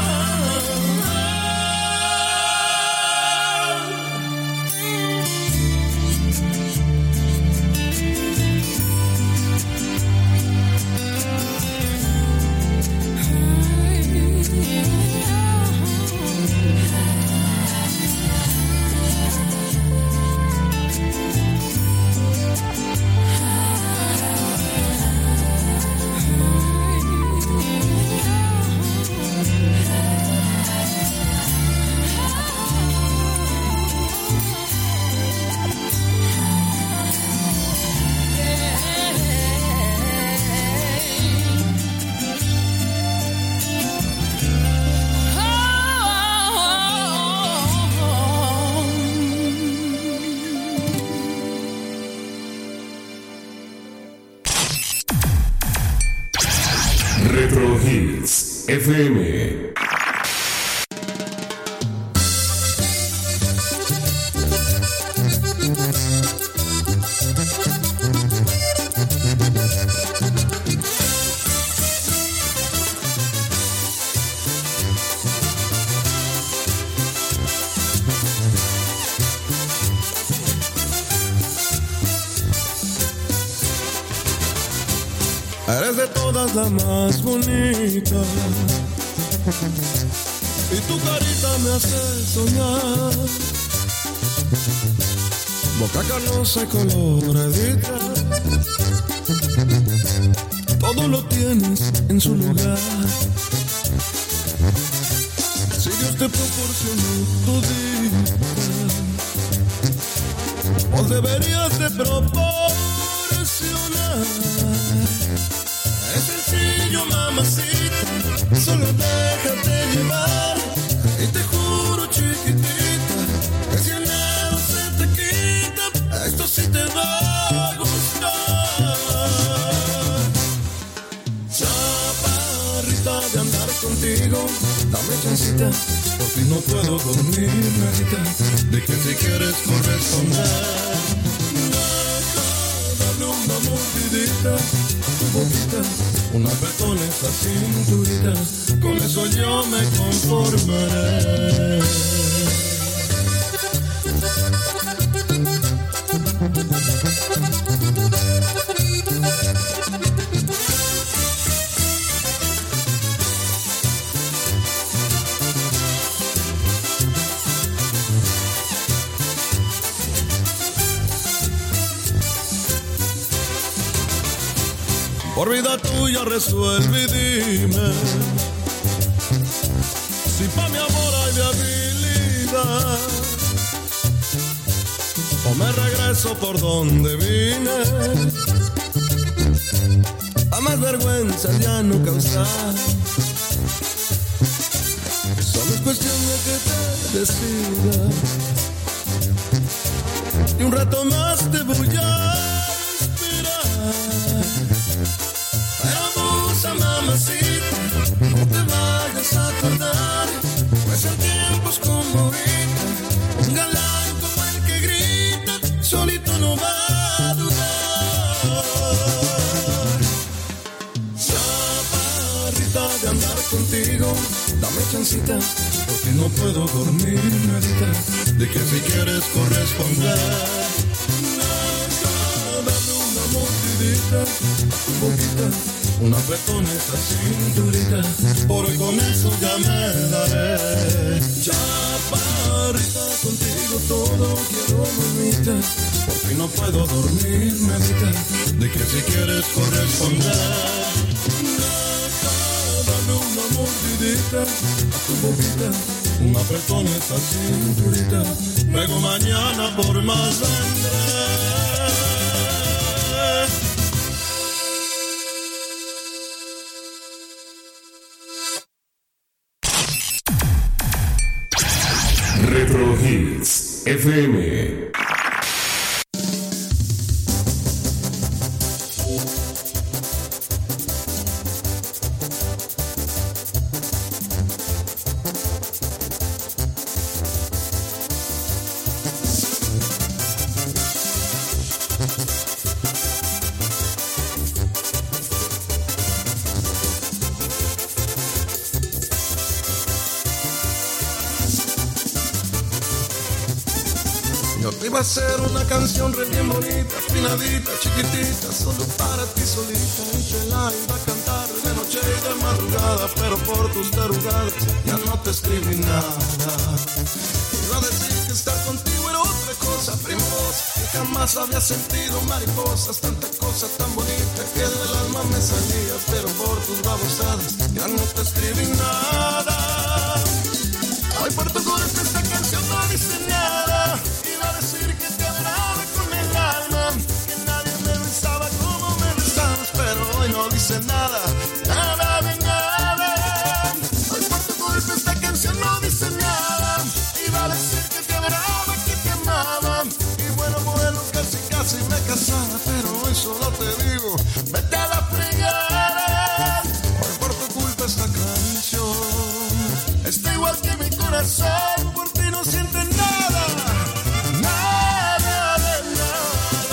Retro Hits FM. Eres de todas la más bonita y tu carita me hace soñar. Boca carnosa y coloradita, todo lo tienes en su lugar. Si Dios te proporcionó todita, vos deberías de proporcionar. Es sencillo, mamacita, solo déjate llevar. Y te juro, chiquitita, que si el miedo se te quita, esto sí te va a gustar. Chaparrita, de andar contigo, dame chancita, por ti no puedo dormir, neta, de que si quieres corresponder. Una mordidita, tu boquita, un apretón en esa cinturita, con eso yo me conformaré. Por vida tuya resuelve y dime si pa' mi amor hay viabilidad, o me regreso por donde vine, a más vergüenza ya no causar. Solo es cuestión de que te decidas, y un rato más te voy a esperar. Mamacita, no te vayas a tardar, pues el tiempo es como ahorita, un galán como el que grita, solito no va a dudar. chancita, porque no puedo dormir, nadita, de que si quieres corresponder. Dame una mordidita a tu boquita, un apretón esa cinturita, por con eso ya me daré. Chaparrita, contigo todo quiero, mamita, porque no puedo dormir, nadita, de que si quieres corresponder. Dame una mordidita a tu boquita, un apretón esa cinturita, luego mañana por más vendré. Retro Hits FM. Iba a ser una canción re bien bonita, afinadita, chiquitita, solo para ti solita. Y te la iba a cantar de noche y de madrugada, pero por tus tarugadas ya no te escribí nada. Iba a decir que estar contigo era otra cosa primorosa, que jamás había sentido mariposas, tanta cosa tan bonita que del alma me salía, pero por tus babosadas ya no te escribí nada. Hoy por tu culpa esta canción no dice nada. Iba a decir que te adoraba con el alma, que nadie me besaba como me besabas, pero hoy no dice nada, nada de nada. Hoy por tu culpa esta canción no dice nada. Iba a decir que te adoraba, que te amaba, y bueno, casi me casaba, pero hoy solo te digo, vete a la fregada. Hoy por tu culpa esta canción está igual que mi corazón, por ti no siente nada, nada de nada.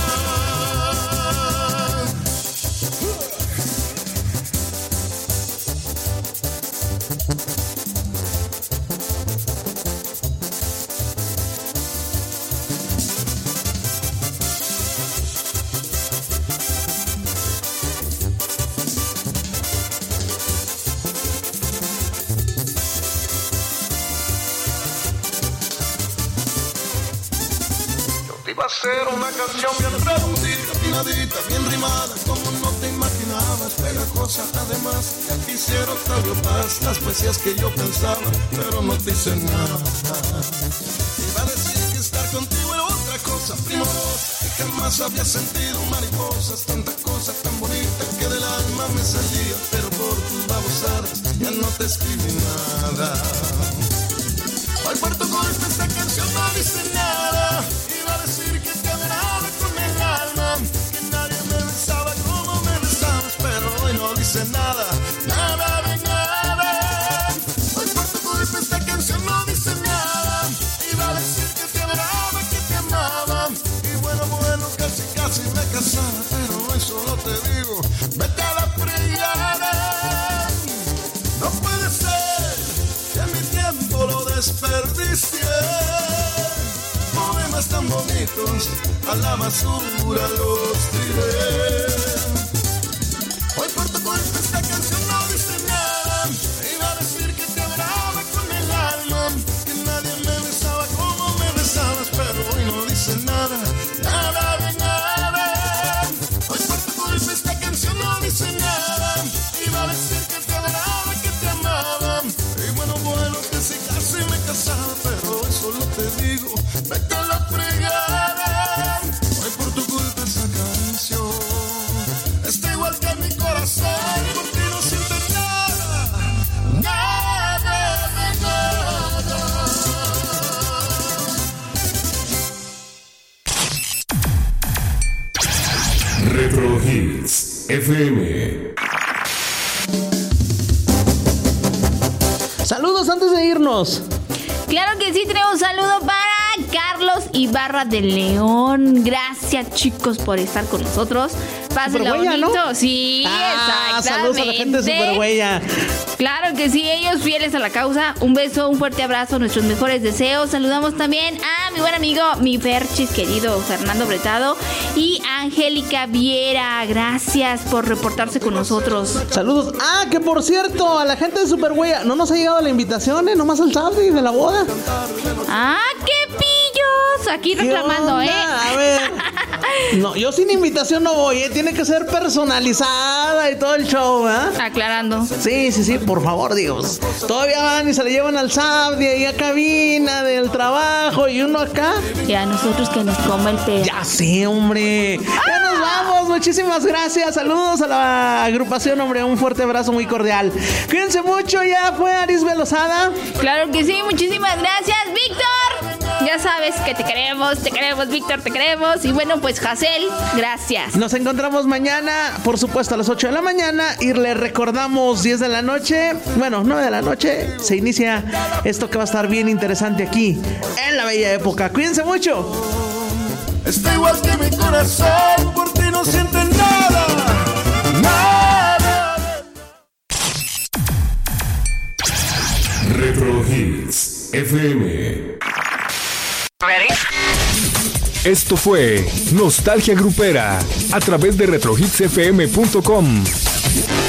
Iba a ser una canción bien redondita, afinadita, bien rimada, como no te imaginabas, pegajosa además, ya quisiera Octavio Paz, las poesías que yo pensaba, pero no te hice nada. Iba a decir que estar contigo era otra cosa primorosa, que jamás había sentido mariposas, tanta cosa tan bonita que del alma me salía, pero por tus babosadas ya no te escribí nada. Hoy por tu culpa esta canción no dice nada. Iba a decir que te adoraba con el alma, que nadie me besaba como me besabas, pero hoy no dice nada, nada de nada. Hoy por tu culpa esta canción no dice nada. Iba a decir que te adoraba, que te amaba, y bueno, casi me casaba, pero hoy solo te digo, vete a la fregada. No puede ser que mi tiempo lo desperdicié, poemas tan bonitos a la basura los tiré. Hoy por tu culpa esta canción no dice nada. Iba a decir que te adoraba con el alma, que nadie me besaba como me besabas, pero hoy no dice nada, nada de nada. Hoy por tu culpa esta canción no dice nada. Iba a decir que te adoraba, que te amaba, y bueno, casi me casaba, pero hoy solo te digo, vete a la fregada. Hoy por tu culpa esa canción está igual que mi corazón, por ti no siente nada, nada de nada. Retro Hits FM. Saludos antes de irnos. Claro que sí, tenemos un saludo para Carlos Ibarra de León. Gracias, chicos, por estar con nosotros. Pásenla bonito, ¿no? Sí, exactamente. Saludos a la gente de Superhuella. Claro que sí, ellos fieles a la causa. Un beso, un fuerte abrazo, nuestros mejores deseos. Saludamos también a mi buen amigo, mi Ferchis querido, Fernando Bretado, y Angélica Viera. Gracias por reportarse con nosotros. Saludos. Que por cierto, a la gente de Superhuella, no nos ha llegado la invitación, nomás al Sabri de la boda. ¡Qué pillos! Aquí reclamando, A ver. No, yo sin invitación no voy, tiene que ser personalizada y todo el show, Aclarando. Sí, por favor, Dios. Todavía van y se le llevan al SAP de ahí a cabina del trabajo y uno acá. Y a nosotros que nos coma el pedo. Ya sí, hombre. Ya nos vamos, muchísimas gracias. Saludos a la agrupación, hombre, un fuerte abrazo muy cordial. Cuídense mucho, ya fue Arisbe Lozada. Claro que sí, muchísimas gracias, Víctor. Ya sabes que te queremos, Víctor, te queremos. Y bueno, pues Hazel, gracias. Nos encontramos mañana, por supuesto, a las 8 de la mañana. Y le recordamos 10 de la noche. Bueno, 9 de la noche. Se inicia esto que va a estar bien interesante aquí, en La Bella Época. Cuídense mucho. Está igual que mi corazón, por ti no siente nada. Retro Hits FM. Ready? Esto fue Nostalgia Grupera a través de retrohitsfm.com.